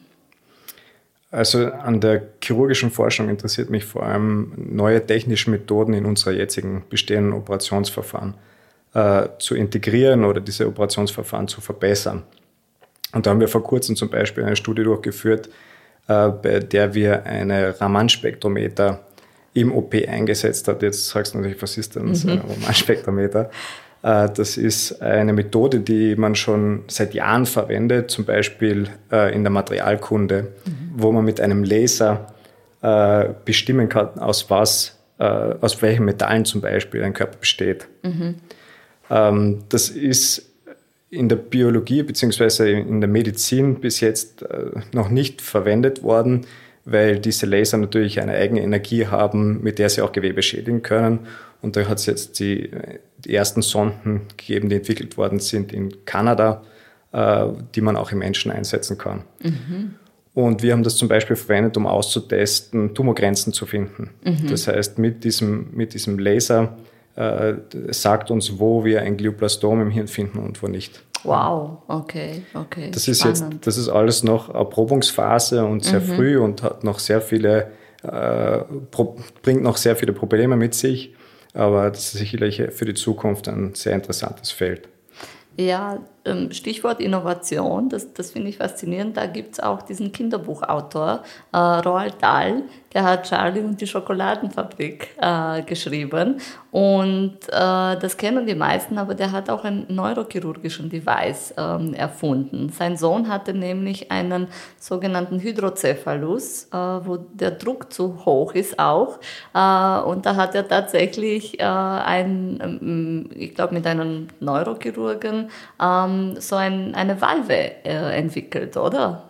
Also an der chirurgischen Forschung interessiert mich vor allem neue technische Methoden in unserer jetzigen bestehenden Operationsverfahren äh, zu integrieren oder diese Operationsverfahren zu verbessern. Und da haben wir vor kurzem zum Beispiel eine Studie durchgeführt, äh, bei der wir eine Raman-Spektrometer im O P eingesetzt haben. Jetzt sagst du natürlich, was ist denn mhm. ein Raman-Spektrometer? Das ist eine Methode, die man schon seit Jahren verwendet, zum Beispiel in der Materialkunde, mhm. wo man mit einem Laser bestimmen kann, aus was, aus welchen Metallen zum Beispiel ein Körper besteht. Mhm. Das ist in der Biologie bzw. in der Medizin bis jetzt noch nicht verwendet worden, weil diese Laser natürlich eine eigene Energie haben, mit der sie auch Gewebe schädigen können. Und da hat es jetzt die, die ersten Sonden gegeben, die entwickelt worden sind in Kanada, äh, die man auch im Menschen einsetzen kann. Mhm. Und wir haben das zum Beispiel verwendet, um auszutesten, Tumorgrenzen zu finden. Mhm. Das heißt, mit diesem, mit diesem Laser äh, sagt uns, wo wir ein Glioblastom im Hirn finden und wo nicht.
Wow, okay, okay.
Das ist jetzt, das ist alles noch Erprobungsphase und sehr mhm. früh und hat noch sehr viele, äh, pro, bringt noch sehr viele Probleme mit sich. Aber das ist sicherlich für die Zukunft ein sehr interessantes Feld.
Ja, Stichwort Innovation, das, das finde ich faszinierend. Da gibt es auch diesen Kinderbuchautor, äh, Roald Dahl, der hat Charlie und die Schokoladenfabrik äh, geschrieben. Und äh, das kennen die meisten, aber der hat auch einen neurochirurgischen Device ähm, erfunden. Sein Sohn hatte nämlich einen sogenannten Hydrocephalus, äh, wo der Druck zu hoch ist auch. Äh, und da hat er tatsächlich äh, ein, ähm, ich glaube mit einem Neurochirurgen, ähm, so ein, eine Valve äh, entwickelt, oder?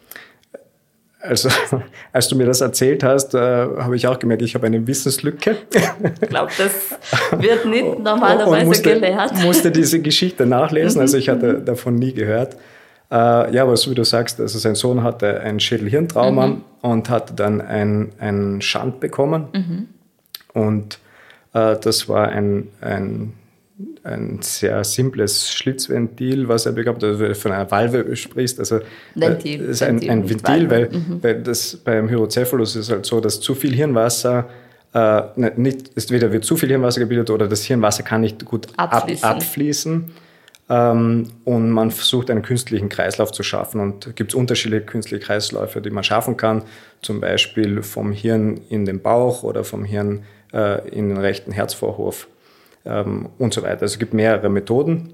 Also, als du mir das erzählt hast, äh, habe ich auch gemerkt, ich habe eine Wissenslücke.
Ich glaube, das wird nicht normalerweise
und musste,
gelehrt.
musste diese Geschichte nachlesen, also ich hatte davon nie gehört. Äh, ja, aber so wie du sagst, also sein Sohn hatte ein Schädel-Hirn-Trauma mhm. und hatte dann ein Shunt bekommen. Mhm. Und äh, das war ein, ein ein sehr simples Schlitzventil, was er bekommt, also wenn du von einer Valve sprichst, also
Ventil,
das ist ein,
Ventil,
ein Ventil, weil,
mhm.
weil das beim Hydrocephalus ist halt so, dass zu viel Hirnwasser, äh, nicht, entweder wird zu viel Hirnwasser gebildet oder das Hirnwasser kann nicht gut abfließen, ab, abfließen ähm, und man versucht einen künstlichen Kreislauf zu schaffen und gibt es unterschiedliche künstliche Kreisläufe, die man schaffen kann, zum Beispiel vom Hirn in den Bauch oder vom Hirn äh, in den rechten Herzvorhof. Und so weiter. Also es gibt mehrere Methoden.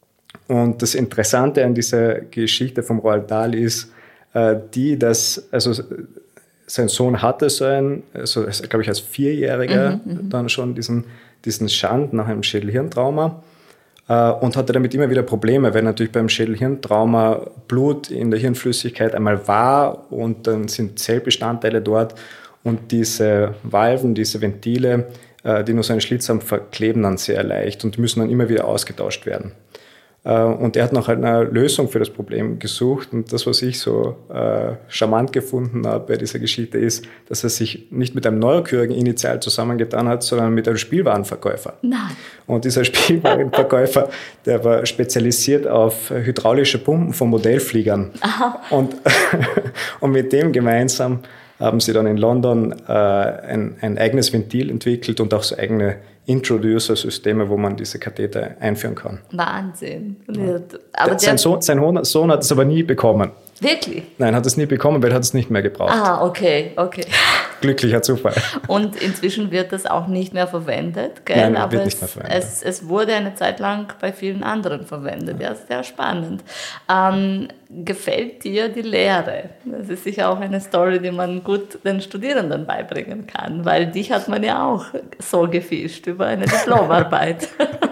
Und das Interessante an dieser Geschichte vom Roald Dahl ist, äh, die, dass, also sein Sohn hatte so ein, also, glaube ich, als Vierjähriger mhm, dann schon diesen, diesen Shunt nach einem Schädel-Hirn-Trauma äh, und hatte damit immer wieder Probleme, weil natürlich beim Schädel-Hirn-Trauma Blut in der Hirnflüssigkeit einmal war und dann sind Zellbestandteile dort und diese Valven, diese Ventile, die nur so einen Schlitz haben, verkleben dann sehr leicht und müssen dann immer wieder ausgetauscht werden. Und er hat noch eine Lösung für das Problem gesucht und das, was ich so äh, charmant gefunden habe bei dieser Geschichte ist, dass er sich nicht mit einem Neurochirurgen initial zusammengetan hat, sondern mit einem Spielwarenverkäufer.
Nein.
Und dieser Spielwarenverkäufer, der war spezialisiert auf hydraulische Pumpen von Modellfliegern. Aha. Und, und mit dem gemeinsam haben sie dann in London äh, ein, ein eigenes Ventil entwickelt und auch so eigene Introducer-Systeme, wo man diese Katheter einführen kann.
Wahnsinn.
Ja. Aber sein, Sohn, sein Sohn hat es aber nie bekommen.
Wirklich?
Nein, hat es nie bekommen, weil er hat es nicht mehr gebraucht.
Ah, okay, okay.
Glücklicher Zufall.
Und inzwischen wird das auch nicht mehr verwendet, gell?
Nein,
aber
wird
es,
nicht mehr verwendet.
Es, es wurde eine Zeit lang bei vielen anderen verwendet. Ja, sehr spannend. Ähm, gefällt dir die Lehre? Das ist sicher auch eine Story, die man gut den Studierenden beibringen kann, weil dich hat man ja auch so gefischt über eine Diplomarbeit.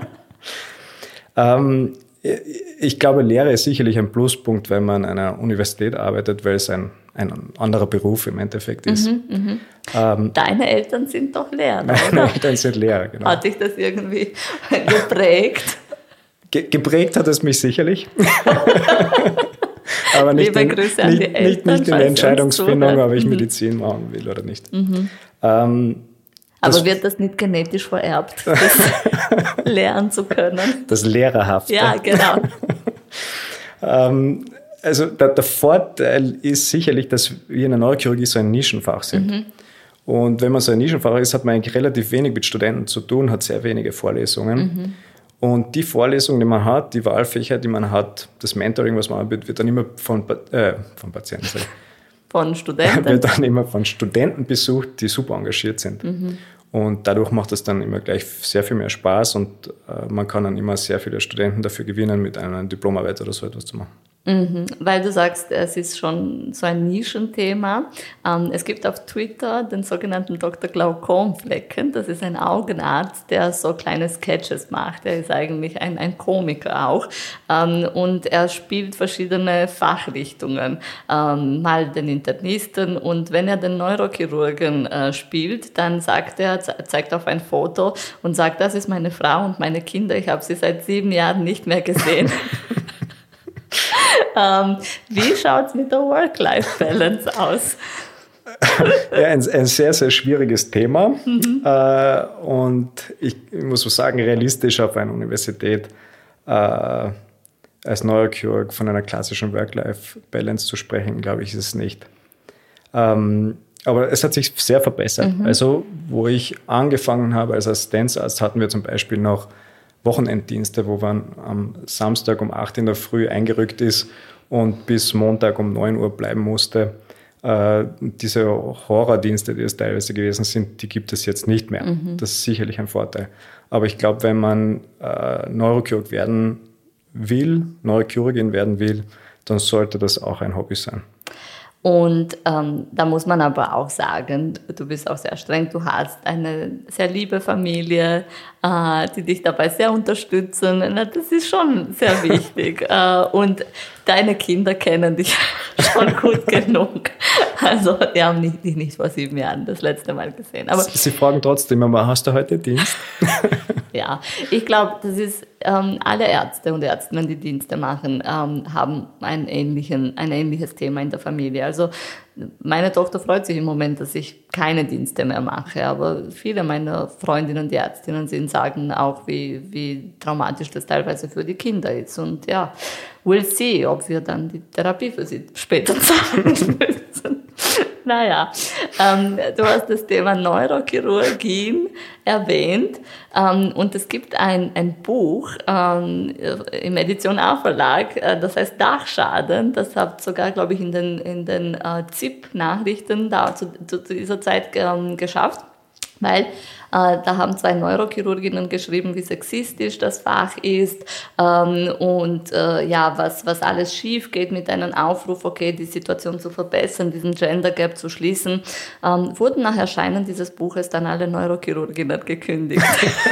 ähm, ich glaube, Lehre ist sicherlich ein Pluspunkt, wenn man an einer Universität arbeitet, weil es ein, ein anderer Beruf im Endeffekt ist.
Mhm, mhm.
Ähm,
Deine Eltern sind doch Lehrer,
Meine
oder?
Eltern sind Lehrer, genau.
Hat dich das irgendwie geprägt?
Ge- geprägt hat es mich sicherlich. Aber nicht,
Liebe
in,
Grüße an
nicht,
die
nicht,
Eltern,
nicht in der Entscheidungsfindung, ob ich
mhm.
Medizin machen will oder nicht.
Mhm.
Ähm,
Aber
das,
wird das nicht genetisch vererbt, das lernen zu können?
Das Lehrerhafte.
Ja, genau.
ähm, also der, der Vorteil ist sicherlich, dass wir in der Neurochirurgie so ein Nischenfach sind. Mhm. Und wenn man so ein Nischenfach ist, hat man eigentlich relativ wenig mit Studenten zu tun, hat sehr wenige Vorlesungen. Mhm. Und die Vorlesungen, die man hat, die Wahlfächer, die man hat, das Mentoring, was man anbietet, wird dann immer von, äh, von Patienten, sorry.
Von Studenten?
Wird dann immer von Studenten besucht, die super engagiert sind. Mhm. Und dadurch macht es dann immer gleich sehr viel mehr Spaß und äh, man kann dann immer sehr viele Studenten dafür gewinnen, mit einer Diplomarbeit oder so etwas zu machen.
Mhm, weil du sagst, es ist schon so ein Nischenthema. Ähm, es gibt auf Twitter den sogenannten Doktor Glaukomflecken. Das ist ein Augenarzt, der so kleine Sketches macht. Er ist eigentlich ein, ein Komiker auch. Ähm, und er spielt verschiedene Fachrichtungen. Ähm, mal den Internisten und wenn er den Neurochirurgen äh, spielt, dann sagt er, ze- zeigt auf ein Foto und sagt, das ist meine Frau und meine Kinder. Ich habe sie seit sieben Jahren nicht mehr gesehen. ähm, wie schaut es mit der Work-Life-Balance aus?
Ja, ein, ein sehr, sehr schwieriges Thema. Mhm. Äh, und ich, ich muss so sagen, realistisch auf einer Universität äh, als Neurochirurg von einer klassischen Work-Life-Balance zu sprechen, glaube ich, ist es nicht. Ähm, aber es hat sich sehr verbessert. Mhm. Also, wo ich angefangen habe als Assistenzarzt, hatten wir zum Beispiel noch Wochenenddienste, wo man am Samstag um acht in der Früh eingerückt ist und bis Montag um neun Uhr bleiben musste. Äh, diese Horrordienste, die es teilweise gewesen sind, die gibt es jetzt nicht mehr. Mhm. Das ist sicherlich ein Vorteil. Aber ich glaube, wenn man äh, Neurochirurg werden will, Neurochirurgin werden will, dann sollte das auch ein Hobby sein.
Und ähm, da muss man aber auch sagen, du bist auch sehr streng, du hast eine sehr liebe Familie, äh, die dich dabei sehr unterstützen. Das ist schon sehr wichtig. äh, und deine Kinder kennen dich schon gut genug. Also die haben nicht, dich nicht vor sieben Jahren das letzte Mal gesehen. Aber
Sie fragen trotzdem immer, hast du heute Dienst?
Ja, ich glaube, das ist, ähm, alle Ärzte und Ärztinnen, die Dienste machen, ähm, haben ein, ähnlichen, ein ähnliches Thema in der Familie. Also meine Tochter freut sich im Moment, dass ich keine Dienste mehr mache, aber viele meiner Freundinnen, die Ärztinnen sind, sagen auch, wie, wie traumatisch das teilweise für die Kinder ist. Und ja, we'll see, ob wir dann die Therapie für sie später zahlen müssen. Naja, ähm, du hast das Thema Neurochirurgie erwähnt ähm, und es gibt ein, ein Buch ähm, im Edition A Verlag, äh, das heißt Dachschaden. Das habt sogar, glaube ich, in den, in den äh, Z I P-Nachrichten da zu, zu, zu dieser Zeit ähm, geschafft. Weil äh, da haben zwei Neurochirurginnen geschrieben, wie sexistisch das Fach ist ähm, und äh, ja, was, was alles schief geht mit einem Aufruf, okay, die Situation zu verbessern, diesen Gender Gap zu schließen, ähm, wurden nach Erscheinen dieses Buches dann alle Neurochirurginnen gekündigt.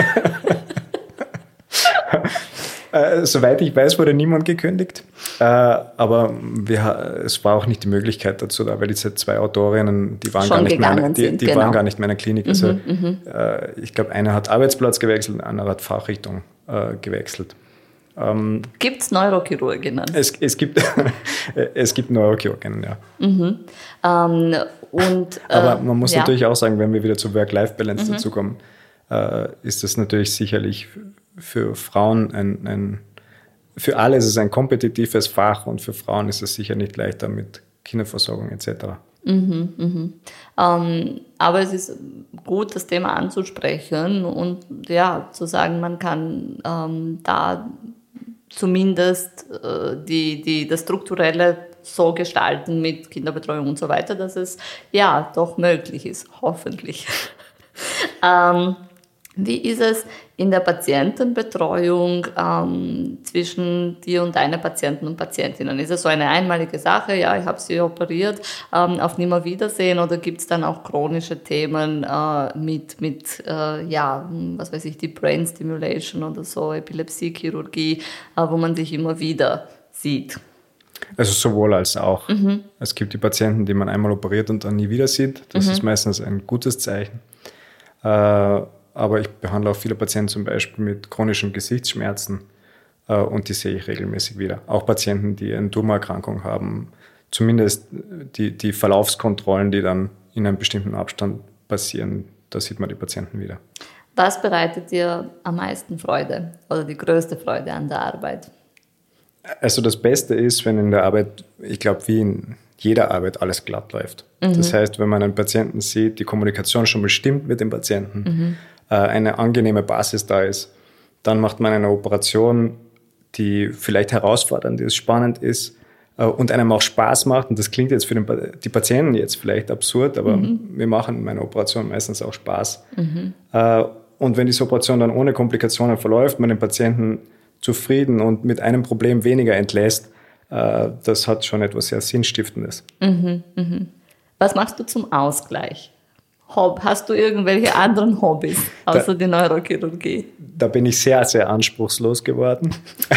Äh, soweit ich weiß, wurde niemand gekündigt, äh, aber wir, es war auch nicht die Möglichkeit dazu da, weil diese zwei Autorinnen, die waren, gar nicht, mehr, die, die genau. waren gar nicht mehr in der Klinik. Also mhm, äh, ich glaube, eine hat Arbeitsplatz gewechselt, eine andere hat Fachrichtung äh, gewechselt. Ähm,
gibt es Neurochirurginnen?
Es, es, gibt, es gibt Neurochirurginnen, ja.
Mhm. Ähm, und, äh,
aber man muss
ja.
natürlich auch sagen, wenn wir wieder zur Work-Life-Balance mhm. dazukommen, äh, ist das natürlich sicherlich für Frauen ein, ein, für alle ist es ein kompetitives Fach und für Frauen ist es sicher nicht leichter mit Kinderversorgung et cetera.
Mhm, mhm. Ähm, aber es ist gut, das Thema anzusprechen und ja, zu sagen, man kann ähm, da zumindest äh, die, die, das Strukturelle so gestalten mit Kinderbetreuung und so weiter, dass es ja doch möglich ist, hoffentlich. ähm, Wie ist es in der Patientenbetreuung ähm, zwischen dir und deinen Patienten und Patientinnen? Ist es so eine einmalige Sache, ja, ich habe sie operiert, ähm, auf Nimmerwiedersehen, oder gibt es dann auch chronische Themen äh, mit, mit äh, ja, was weiß ich, die Brain Stimulation oder so, Epilepsiechirurgie, äh, wo man sich immer wieder sieht?
Also sowohl als auch. Mhm. Es gibt die Patienten, die man einmal operiert und dann nie wieder sieht. Das mhm. ist meistens ein gutes Zeichen. Äh, Aber ich behandle auch viele Patienten zum Beispiel mit chronischen Gesichtsschmerzen äh, und die sehe ich regelmäßig wieder. Auch Patienten, die eine Tumorerkrankung haben, zumindest die, die Verlaufskontrollen, die dann in einem bestimmten Abstand passieren, da sieht man die Patienten wieder.
Was bereitet dir am meisten Freude oder die größte Freude an der Arbeit?
Also das Beste ist, wenn in der Arbeit, ich glaube, wie in jeder Arbeit alles glatt läuft. Mhm. Das heißt, wenn man einen Patienten sieht, die Kommunikation schon bestimmt mit dem Patienten, mhm. eine angenehme Basis da ist, dann macht man eine Operation, die vielleicht herausfordernd ist, spannend ist und einem auch Spaß macht. Und das klingt jetzt für den, die Patienten jetzt vielleicht absurd, aber mhm. wir machen meine Operation meistens auch Spaß. Mhm. Und wenn diese Operation dann ohne Komplikationen verläuft, man den Patienten zufrieden und mit einem Problem weniger entlässt, das hat schon etwas sehr Sinnstiftendes.
Mhm. Mhm. Was machst du zum Ausgleich? Hast du irgendwelche anderen Hobbys außer da, die Neurochirurgie?
Da bin ich sehr, sehr anspruchslos geworden.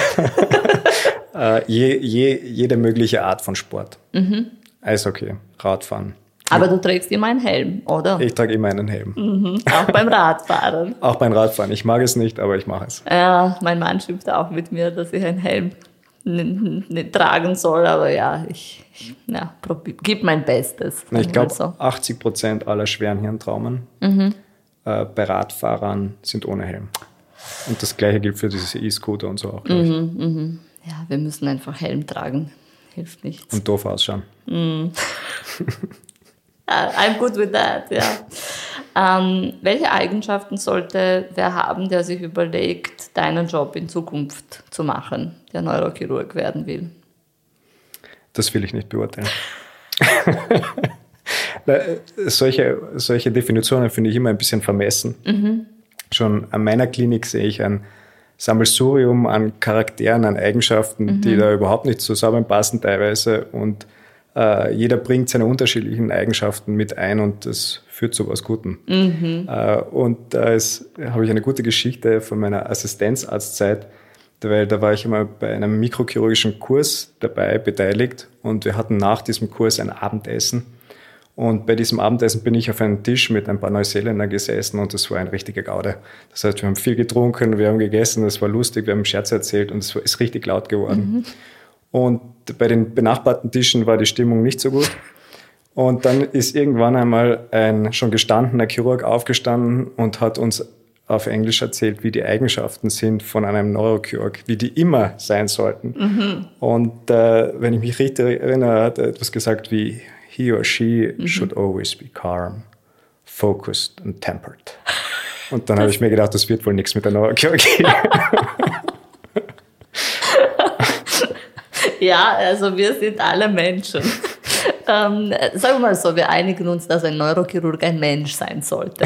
äh, je, je, jede mögliche Art von Sport. Mhm. Eishockey, Radfahren.
Aber du trägst immer einen Helm, oder?
Ich trage immer einen Helm.
Mhm. Auch beim Radfahren?
Auch beim Radfahren. Ich mag es nicht, aber ich mache es.
Ja, mein Mann schimpft auch mit mir, dass ich einen Helm nicht, nicht tragen soll, aber ja, ich, ich ja, gebe mein Bestes.
Ich glaube, so. achtzig Prozent aller schweren Hirntraumen mhm. äh, bei Radfahrern sind ohne Helm. Und das Gleiche gilt für diese E-Scooter und so auch.
Mhm, mhm. Ja, wir müssen einfach Helm tragen. Hilft nichts.
Und doof ausschauen.
Mhm. I'm good with that, ja. Ähm, welche Eigenschaften sollte wer haben, der sich überlegt, deinen Job in Zukunft zu machen, der Neurochirurg werden will?
Das will ich nicht beurteilen. solche, solche Definitionen finde ich immer ein bisschen vermessen. Mhm. Schon an meiner Klinik sehe ich ein Sammelsurium an Charakteren, an Eigenschaften, mhm. die da überhaupt nicht zusammenpassen teilweise. Und äh, jeder bringt seine unterschiedlichen Eigenschaften mit ein und das führt zu was Gutem. Mhm. Äh, und da äh, habe ich eine gute Geschichte von meiner Assistenzarztzeit, weil da war ich immer bei einem mikrochirurgischen Kurs dabei, beteiligt. Und wir hatten nach diesem Kurs ein Abendessen. Und bei diesem Abendessen bin ich auf einem Tisch mit ein paar Neuseeländern gesessen und das war ein richtiger Gaude. Das heißt, wir haben viel getrunken, wir haben gegessen, es war lustig, wir haben Scherze erzählt und es ist richtig laut geworden. Mhm. Und bei den benachbarten Tischen war die Stimmung nicht so gut. Und dann ist irgendwann einmal ein schon gestandener Chirurg aufgestanden und hat uns auf Englisch erzählt, wie die Eigenschaften sind von einem Neurochirurg, wie die immer sein sollten. Mhm. Und äh, wenn ich mich richtig erinnere, hat er etwas gesagt wie he or she mhm. should always be calm, focused and tempered. Und dann habe ich mir gedacht, das wird wohl nichts mit der Neurochirurgie.
Ja, also wir sind alle Menschen. Ähm, sagen wir mal so, wir einigen uns, dass ein Neurochirurg ein Mensch sein sollte.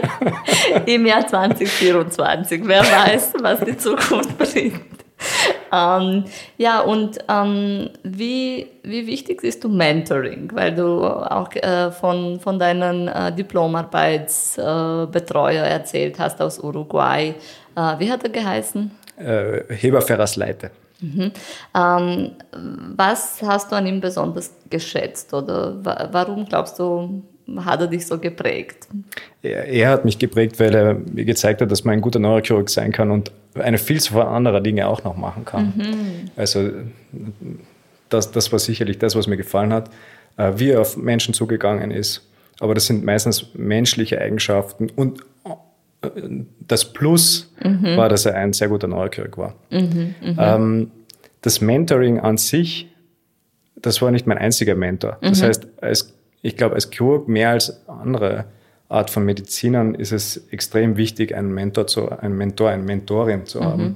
Im Jahr zwanzig vierundzwanzig. Wer weiß, was die Zukunft bringt. Ähm, ja, und ähm, wie, wie wichtig siehst du Mentoring? Weil du auch äh, von, von deinen äh, Diplomarbeitsbetreuer äh, erzählt hast aus Uruguay. Äh, wie hat er geheißen?
Äh, Heber Ferraz Leite.
Mhm. Ähm, was hast du an ihm besonders geschätzt oder wa- warum glaubst du, hat er dich so geprägt?
Er, er hat mich geprägt, weil er mir gezeigt hat, dass man ein guter Neurochirurg sein kann und eine Vielzahl anderer Dinge auch noch machen kann. Mhm. Also das, das war sicherlich das, was mir gefallen hat, wie er auf Menschen zugegangen ist. Aber das sind meistens menschliche Eigenschaften und das Plus mhm. war, dass er ein sehr guter Neurochirurg war. Mhm, ähm, das Mentoring an sich, das war nicht mein einziger Mentor. Das mhm. heißt, als, ich glaube, als Chirurg mehr als andere Art von Medizinern ist es extrem wichtig, einen Mentor, zu, einen Mentor, eine Mentorin zu mhm. haben.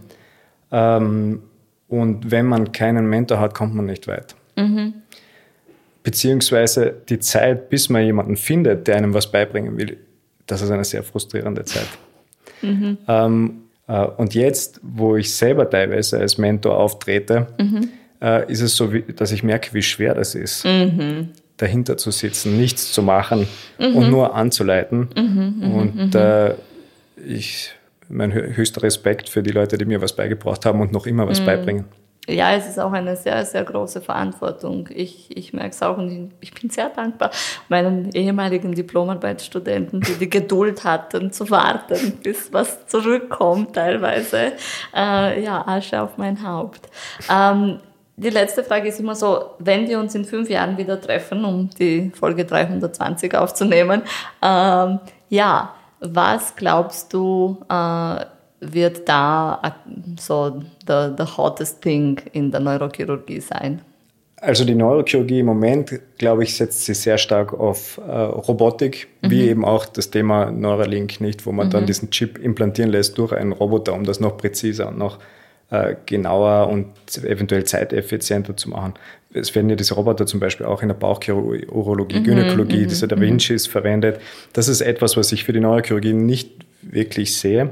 Ähm, und wenn man keinen Mentor hat, kommt man nicht weit. Mhm. Beziehungsweise die Zeit, bis man jemanden findet, der einem was beibringen will, das ist eine sehr frustrierende Zeit. Mhm. Ähm, äh, und jetzt, wo ich selber teilweise als Mentor auftrete, mhm. äh, ist es so, wie, dass ich merke, wie schwer das ist, mhm. dahinter zu sitzen, nichts zu machen mhm. und nur anzuleiten. Mhm. Und äh, ich, mein höchster Respekt für die Leute, die mir was beigebracht haben und noch immer was mhm. beibringen.
Ja, es ist auch eine sehr, sehr große Verantwortung. Ich, ich merke es auch und ich bin sehr dankbar meinen ehemaligen Diplomarbeitsstudenten, die die Geduld hatten, zu warten, bis was zurückkommt teilweise. Äh, ja, Asche auf mein Haupt. Ähm, die letzte Frage ist immer so, wenn wir uns in fünf Jahren wieder treffen, um die Folge dreihundertzwanzig aufzunehmen, ähm, ja, was glaubst du, äh, wird da so the, the hottest thing in der Neurochirurgie sein?
Also die Neurochirurgie im Moment, glaube ich, setzt sie sehr stark auf äh, Robotik, mhm. wie eben auch das Thema Neuralink, nicht, wo man mhm. dann diesen Chip implantieren lässt durch einen Roboter, um das noch präziser und noch äh, genauer und eventuell zeiteffizienter zu machen. Es werden ja diese Roboter zum Beispiel auch in der Bauchurologie, mhm. Gynäkologie, mhm. diese Da Vincis mhm. verwendet. Das ist etwas, was ich für die Neurochirurgie nicht wirklich sehe.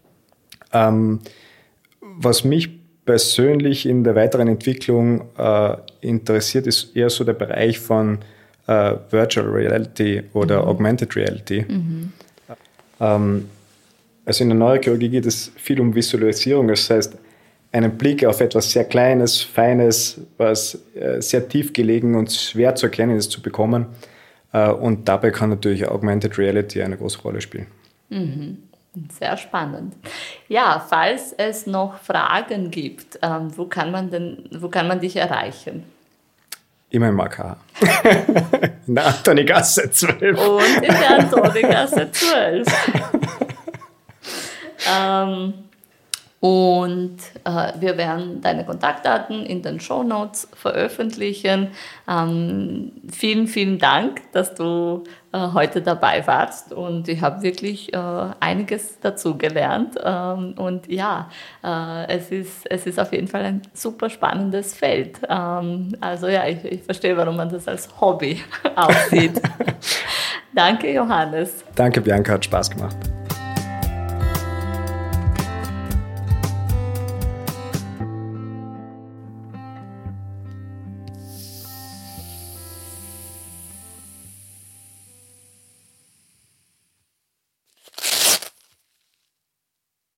Ähm, was mich persönlich in der weiteren Entwicklung äh, interessiert, ist eher so der Bereich von äh, Virtual Reality oder mhm. Augmented Reality. Mhm. Ähm, also in der Neurochirurgie geht es viel um Visualisierung, das heißt, einen Blick auf etwas sehr Kleines, Feines, was äh, sehr tief gelegen und schwer zu erkennen ist, zu bekommen. Äh, und dabei kann natürlich Augmented Reality eine große Rolle spielen.
Mhm. Sehr spannend. Ja, falls es noch Fragen gibt, ähm, wo kann man denn, wo kann man dich erreichen?
Immer im A K H. In der Antonigasse zwölf.
Und in der Antonigasse zwölf. ähm, Und äh, wir werden deine Kontaktdaten in den Shownotes veröffentlichen. Ähm, vielen, vielen Dank, dass du äh, heute dabei warst. Und ich habe wirklich äh, einiges dazu gelernt. Ähm, und ja, äh, es ist, es ist auf jeden Fall ein super spannendes Feld. Ähm, also ja, ich, ich verstehe, warum man das als Hobby aussieht. Danke, Johannes.
Danke, Bianca, hat Spaß gemacht.